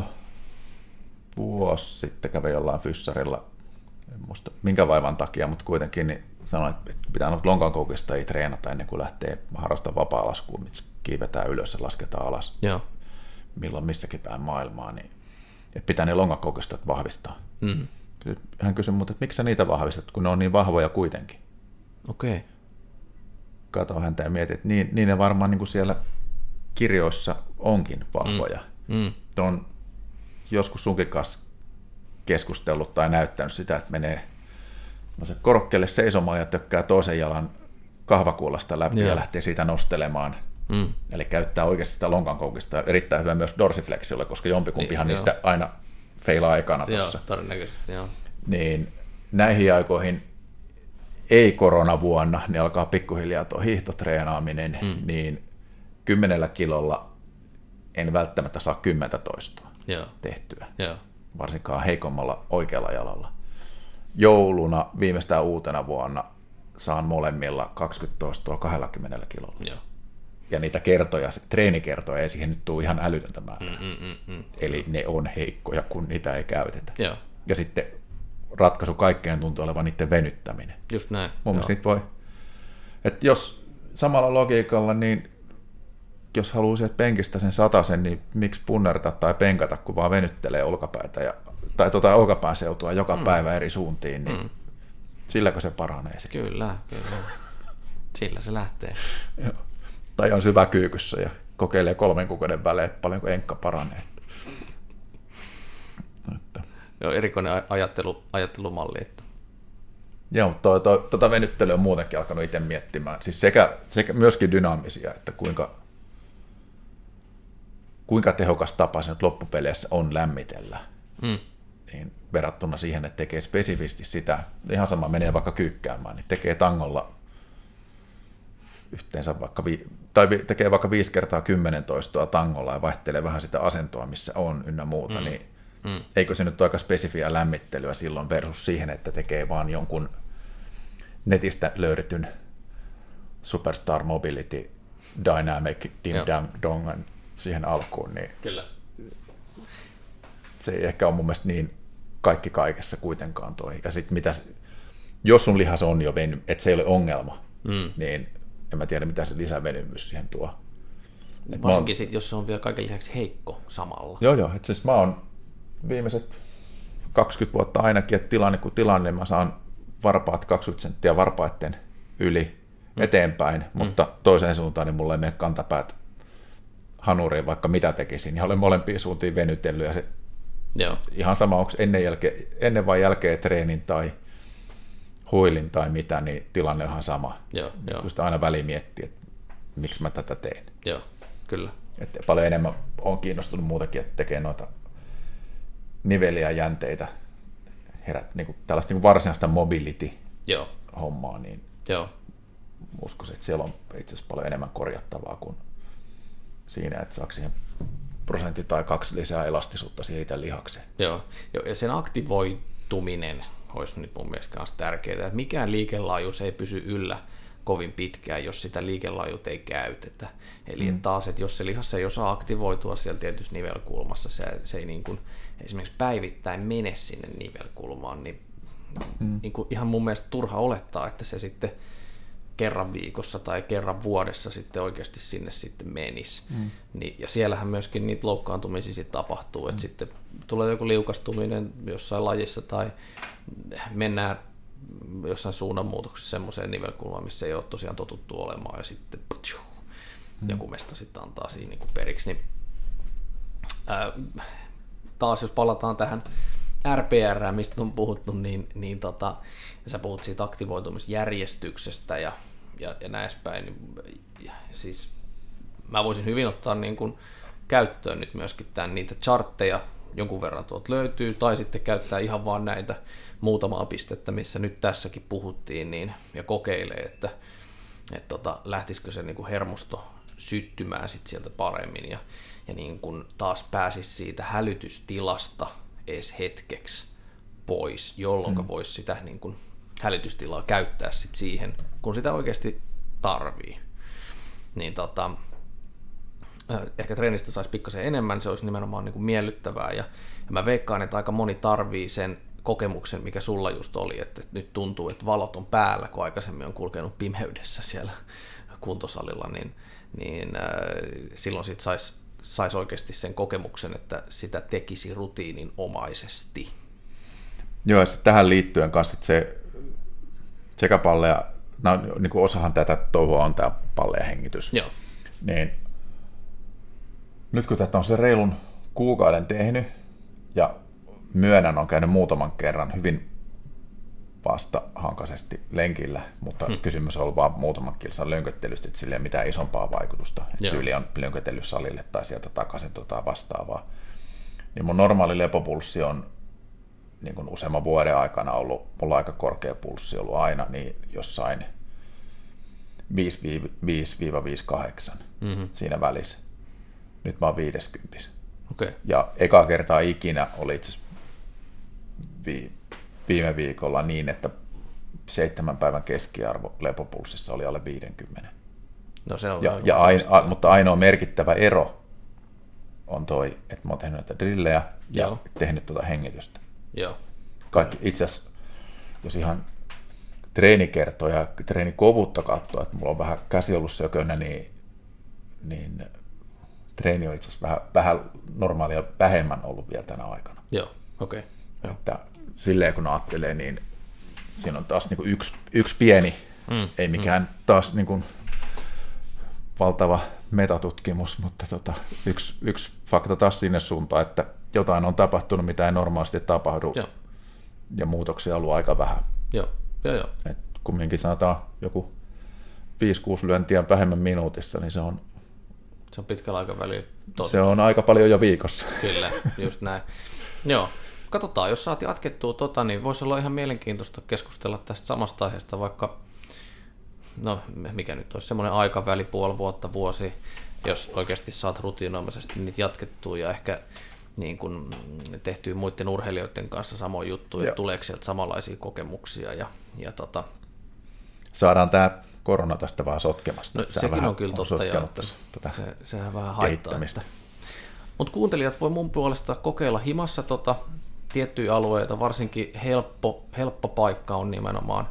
vuosi sitten, kävin jollain fyssarilla, en muista minkä vaivan takia, mutta kuitenkin niin sanoin, että pitää lonkankoukista ei treenata ennen kuin lähtee harrastamaan vapaa-laskuun, missä kiivetään ylös ja lasketaan alas. Joo. Milloin missäkin päin maailmaa, niin että pitää ne lonkankoukistat vahvistaa. Mm. Hän kysyi minulta, että miksi sä niitä vahvistat, kun ne on niin vahvoja kuitenkin. Okei. Katoin häntä ja mietin, että niin ne varmaan niin kuin siellä kirjoissa onkin vahvoja. On joskus sunkin kanssa keskustellut tai näyttänyt sitä, että menee korokkeelle seisomaan ja tökkää toisen jalan kahvakuolasta läpi ja lähtee siitä nostelemaan. Eli käyttää oikeasti sitä lonkankoukista. Erittäin hyvä myös dorsiflexiolle, koska jompikumpihan niistä aina feilaa ekana tuossa. Joo, todennäköisesti, joo. Niin näihin aikoihin ei koronavuonna, niin alkaa pikkuhiljaa tuo hiihtotreenaaminen, niin 10 kilolla en välttämättä saa 10 toistoa tehtyä. Joo. Varsinkaan heikommalla oikealla jalalla. Jouluna viimeistään uutena vuonna saan molemmilla 20 toistoa 20 kilolla. Joo. Ja niitä kertoja, treenikertoja ei siihen nyt tule ihan älytöntä määrää. Eli ne on heikkoja, kun niitä ei käytetä. Joo. Ja sitten ratkaisu kaikkeen tuntuu olevan niiden venyttäminen. Just näin. Mun mielestä niitä voi, että jos samalla logiikalla, niin jos haluaa sieltä penkistä sen 100, niin miksi punnerta tai penkata, kun vaan venyttelee olkapäätä tai olkapään seutua joka päivä eri suuntiin, niin silläkö se paranee sitten? Kyllä. Sillä se lähtee. Joo. Tai on syvä kyykyssä ja kokeilee 3 kuukauden välein, paljonko enkka paranee. Joo, erikoinen ajattelumalli. Että. Joo, tuota venyttelyä on muutenkin alkanut itse miettimään. Siis sekä myöskin dynaamisia, että kuinka tehokas tapa se nyt loppupeleissä on lämmitellä. Niin verrattuna siihen, että tekee spesifisti sitä, ihan sama menee vaikka kyykkäämään, niin tekee tangolla yhteensä tekee vaikka 5 kertaa 10 toistoa tangolla ja vaihtelee vähän sitä asentoa, missä on ynnä muuta, niin eikö se nyt ole aika spesifiä lämmittelyä silloin versus siihen, että tekee vaan jonkun netistä löydetyn Superstar Mobility Dynamic Dim Dang Dongan siihen alkuun, niin kyllä. Se ei ehkä ole mun mielestä niin kaikki kaikessa kuitenkaan toi. Ja sitten jos sun lihas on jo veny, että se ei ole ongelma, niin en mä tiedä, mitä se lisävenymys siihen tuo. Varsinkin sitten, jos se on vielä kaiken lisäksi heikko samalla. Joo, että siis mä oon viimeiset 20 vuotta ainakin, että tilanne kuin tilanne, mä saan varpaat 20 senttiä varpaitten yli eteenpäin, mutta toiseen suuntaan niin mulla ei mene kantapäät hanuriin, vaikka mitä tekisin, niin olen molempiin suuntiin venytellyt, ja se ihan sama, onko ennen vai jälkeen treenin tai huilin tai mitä, niin tilanne on ihan sama. Kun sitä aina väliin miettii, että miksi mä tätä teen. Joo, kyllä. Että paljon enemmän olen kiinnostunut muutenkin, että tekee noita niveliä jänteitä, niin kuin tällaista niin kuin varsinaista mobility-hommaa, niin uskoisin, että siellä on itse asiassa paljon enemmän korjattavaa kuin siinä, että saako siihen 1% tai 2 lisää elastisuutta siihen itse lihakseen. Joo, ja sen aktivoituminen olisi nyt mun mielestä myös tärkeää, että mikään liikelaajuus ei pysy yllä kovin pitkään, jos sitä liikelaajuutta ei käytetä. Eli taas, että jos se lihas ei osaa aktivoitua siellä tietyssä nivelkulmassa, se ei niin kuin esimerkiksi päivittäin mene sinne nivelkulmaan, niin, niin kuin ihan mun mielestä turha olettaa, että se sitten kerran viikossa tai kerran vuodessa sitten oikeasti sinne sitten menisi. Ja siellähän myöskin niitä loukkaantumisia sitten tapahtuu, että sitten tulee joku liukastuminen jossain lajissa tai mennään jossain suunnanmuutoksessa semmoiseen nivelkulmaan, missä ei ole tosiaan totuttu olemaan ja sitten joku mesta sitten antaa siinä niin kuin periksi. Niin, taas jos palataan tähän RPR, mistä on puhuttu, niin ja sä puhut siitä aktivoitumisjärjestyksestä ja näin päin, niin siis mä voisin hyvin ottaa niin kuin käyttöön nyt myöskin niitä chartteja, jonkun verran tuolta löytyy, tai sitten käyttää ihan vaan näitä muutamaa pistettä, missä nyt tässäkin puhuttiin, ja kokeilee, että lähtisikö se niin kuin hermosto syttymään sit sieltä paremmin ja niin kun taas pääsisi siitä hälytystilasta edes hetkeksi pois, jolloin voisi sitä niin kun hälytystilaa käyttää sit siihen, kun sitä oikeasti tarvii. Niin ehkä treenistä saisi pikkasen enemmän, se olisi nimenomaan niin kuin miellyttävää ja mä veikkaan, että aika moni tarvii sen kokemuksen, mikä sulla just oli, että nyt tuntuu, että valot on päällä, kun aikaisemmin on kulkenut pimeydessä siellä kuntosalilla, niin silloin sit saisi oikeasti sen kokemuksen, että sitä tekisi rutiininomaisesti. Joo, ja tähän liittyen kanssa se sekä palleja, niin kuin osahan tätä touhua on tämä palleahengitys. Joo. Niin nyt kun tätä on se reilun kuukauden tehnyt ja myönnän on käynyt muutaman kerran hyvin vastahankaisesti lenkillä, mutta kysymys on ollut vain muutaman kilsan lönköttelystä, että sillä ei ole mitään isompaa vaikutusta. Tyyli on lönkötellyt salille tai sieltä takaisin vastaavaa. Niin mun normaali lepopulssi on niin kuin useamman vuoden aikana ollut, mulla on aika korkea pulssi ollut aina, niin jossain 5-5-8 siinä välissä. Nyt mä oon 50. Okay. Ja ekaa kertaa ikinä oli itse asiassa viime viikolla niin, että 7 päivän keskiarvo lepopulssissa oli alle 50. No se on mutta ainoa merkittävä ero on toi, että mä oon tehnyt näitä drillejä ja tehnyt hengitystä. Joo. Kaikki itse asiassa, jos ihan treenikertoja ja treenikovuutta katsoa, että mulla on vähän käsi ollut sökönä, niin treeni on itse asiassa vähän normaalia vähemmän ollut vielä tänä aikana. Joo, okei. Että silleen kun ajattelee, niin siinä on taas niin kuin yksi pieni, ei mikään taas niin kuin valtava metatutkimus, mutta yksi fakta taas sinne suuntaan, että jotain on tapahtunut, mitä ei normaalisti tapahdu, ja muutoksia on ollut aika vähän. Joo. Et kumminkin sanotaan joku 5-6 lyöntiä vähemmän minuutissa, niin se on pitkällä aikavälillä totta. Se on aika paljon jo viikossa. Kyllä, just näin. Joo, katsotaan, jos saat jatkettua niin voisi olla ihan mielenkiintoista keskustella tästä samasta aiheesta, vaikka, no mikä nyt olisi semmoinen aikaväli, puoli vuotta, vuosi, jos oikeasti saat rutiinomaisesti niitä jatkettua ja ehkä niin kun tehtyä muiden urheilijoiden kanssa samoin juttuja, tuleeko sieltä samanlaisia kokemuksia ja saadaan tämä korona tästä vähän sotkemasta. No, sekin on kyllä totta, sehän vähän haittaa. Mutta kuuntelijat voi mun puolesta kokeilla himassa tiettyjä alueita, varsinkin helppo paikka on nimenomaan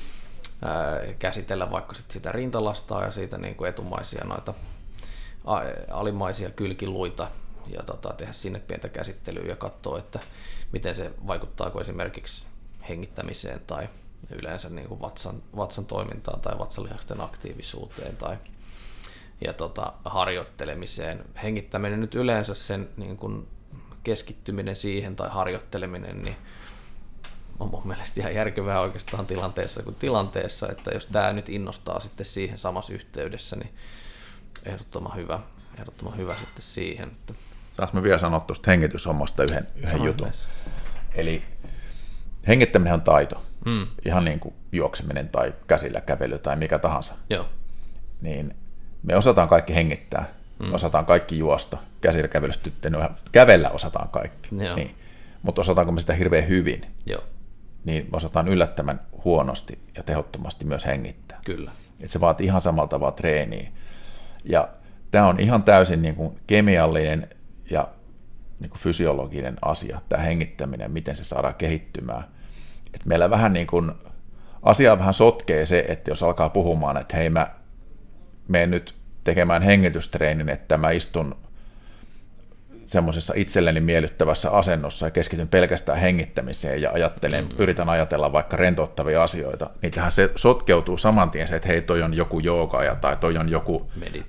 käsitellä vaikka sitä rintalastaa ja siitä niin kuin etumaisia noita alimmaisia kylkiluita ja tehdä sinne pientä käsittelyä ja katsoa, että miten se vaikuttaako esimerkiksi hengittämiseen tai yleensä niin kuin vatsan toimintaan tai vatsalihaksen aktiivisuuteen ja harjoittelemiseen. Hengittäminen nyt yleensä sen niin kuin keskittyminen siihen tai harjoitteleminen niin on mun mielestä ihan järkevää oikeastaan tilanteessa kuin tilanteessa, että jos tämä nyt innostaa sitten siihen samassa yhteydessä, niin ehdottoman hyvä sitten siihen. Saanko mä vielä sanoa tuosta hengityshommasta yhden jutun? Eli hengittäminen on taito. Ihan niin kuin juokseminen tai käsillä kävely tai mikä tahansa. Joo. Niin me osataan kaikki hengittää, osataan kaikki juosta, käsillä kävelystä kävellä osataan kaikki. Niin. Mutta osataanko me sitä hirveän hyvin? Joo. Niin osataan yllättävän huonosti ja tehottomasti myös hengittää. Kyllä. Et se vaatii ihan samalla tavalla treeniä. Ja tämä on ihan täysin niin kuin kemiallinen ja niin kuin fysiologinen asia, tämä hengittäminen, miten se saadaan kehittymään. Et meillä vähän niin kuin, asiaa vähän sotkee se, että jos alkaa puhumaan, että hei mä menen nyt tekemään hengitystreenin, että mä istun semmoisessa itselleni miellyttävässä asennossa ja keskityn pelkästään hengittämiseen ja yritän ajatella vaikka rentouttavia asioita, niin tähän se sotkeutuu saman tien se, että hei toi on joku joogaaja tai toi on joku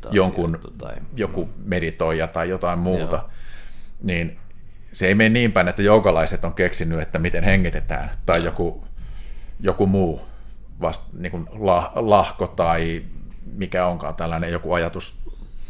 meditoija tai jotain muuta. Joo. Niin se ei mene niin päin, että joogalaiset on keksinyt, että miten hengitetään tai joku muu niin kuin lahko tai mikä onkaan tällainen joku ajatus,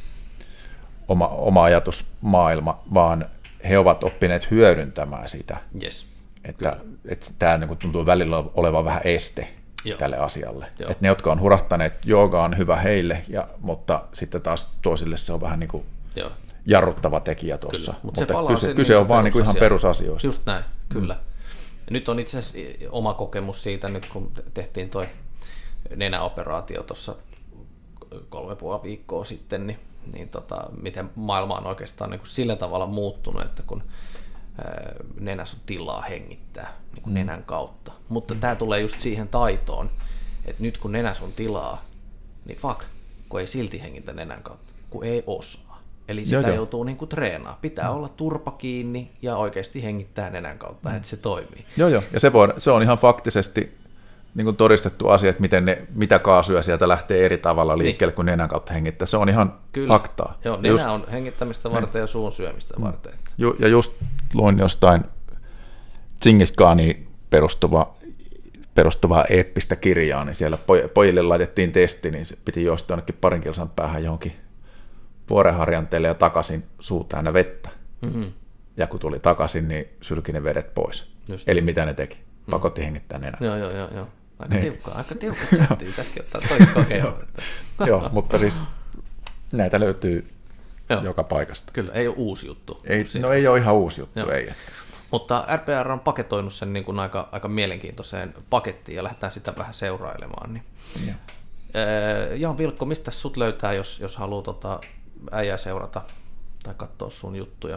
oma ajatusmaailma, vaan he ovat oppineet hyödyntämään sitä. Yes. Että tämä niin kuin tuntuu välillä olevan vähän este. tälle asialle. Että ne, jotka on hurahtaneet, jooga on hyvä heille, mutta sitten taas toisille se on vähän niin kuin jarruttava tekijä tuossa. Mutta kyse on vaan niin kuin ihan perusasioista. Just näin, kyllä. Ja nyt on itse asiassa oma kokemus siitä, nyt kun tehtiin toi nenäoperaatio tuossa 3,5 viikkoa sitten, niin miten maailma on oikeastaan niin kuin sillä tavalla muuttunut, että kun nenässä on tilaa hengittää niin kuin nenän kautta. Mutta tämä tulee just siihen taitoon, että nyt kun nenässä on tilaa, niin kun ei silti hengitä nenän kautta, kun ei osaa. Eli sitä joutuu niin kuin treenaamaan. Pitää olla turpa kiinni ja oikeasti hengittää nenän kautta, että se toimii. Joo, ja se on ihan faktisesti niin kuin todistettu asia, että mitä kaasuja sieltä lähtee eri tavalla liikkeelle kuin nenän kautta hengittää. Se on ihan faktaa. Joo, nenä on hengittämistä varten ja suun syömistä varten. Ja just luin jostain Džingis Khaniin perustuvaa eeppistä kirjaa, niin siellä pojille laitettiin testi, niin se piti juosta jonnekin 2 kilsan päähän johonkin vuorenharjanteelle ja takaisin suu täynnä vettä. Mm-hmm. Ja kun tuli takaisin, niin sylki ne vedet pois. Just eli mitä ne teki? Pakotti hengittää nenän. Joo. Aika tiukka chattia. Tässäkin ottaa toinen kokeilu. Joo, mutta siis näitä löytyy joka paikasta. Kyllä, ei ole uusi juttu. Ei ole ihan uusi juttu, ei. Mutta RPR on paketoinut sen niin kuin aika mielenkiintoiseen pakettiin ja lähdetään sitä vähän seurailemaan. Niin. Jan Vilkko, mistä sut löytää, jos haluaa äijää seurata tai katsoa sun juttuja?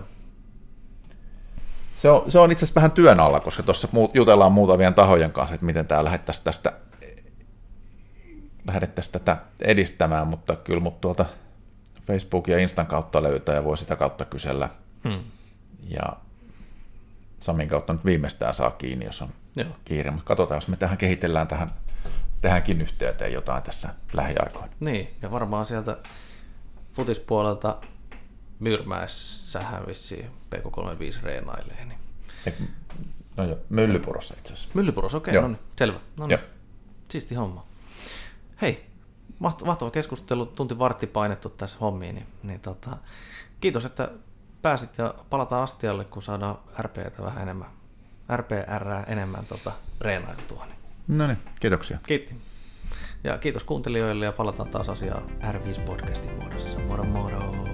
Se on itse asiassa vähän työn alla, koska tuossa jutellaan muutamien tahojen kanssa, että miten tämä lähdettäisiin tätä edistämään, mutta kyllä mut tuolta Facebook ja Instan kautta löytää ja voi sitä kautta kysellä. Ja Samin kautta nyt viimeistään saa kiinni, jos on kiire, mutta katsotaan, jos me kehitellään tähänkin yhteyteen jotain tässä lähiaikoina. Niin, ja varmaan sieltä futispuolelta Myyrmäessähän vissiin PK35 reenailee. Niin. No joo, Myllypurossa itse asiassa. Myllypurossa, okei, no niin, selvä. No niin, siisti homma. Hei, mahtava keskustelu, tunti vartti painettu tässä hommiin, niin kiitos, että pääsit ja palataan astialle, kun saadaan RP:tä vähän enemmän, RPR:ää enemmän reenailtua. No niin, kiitoksia. Kiitti. Ja kiitos kuuntelijoille ja palataan taas asiaan R5 podcastin muodossa. Moro moro!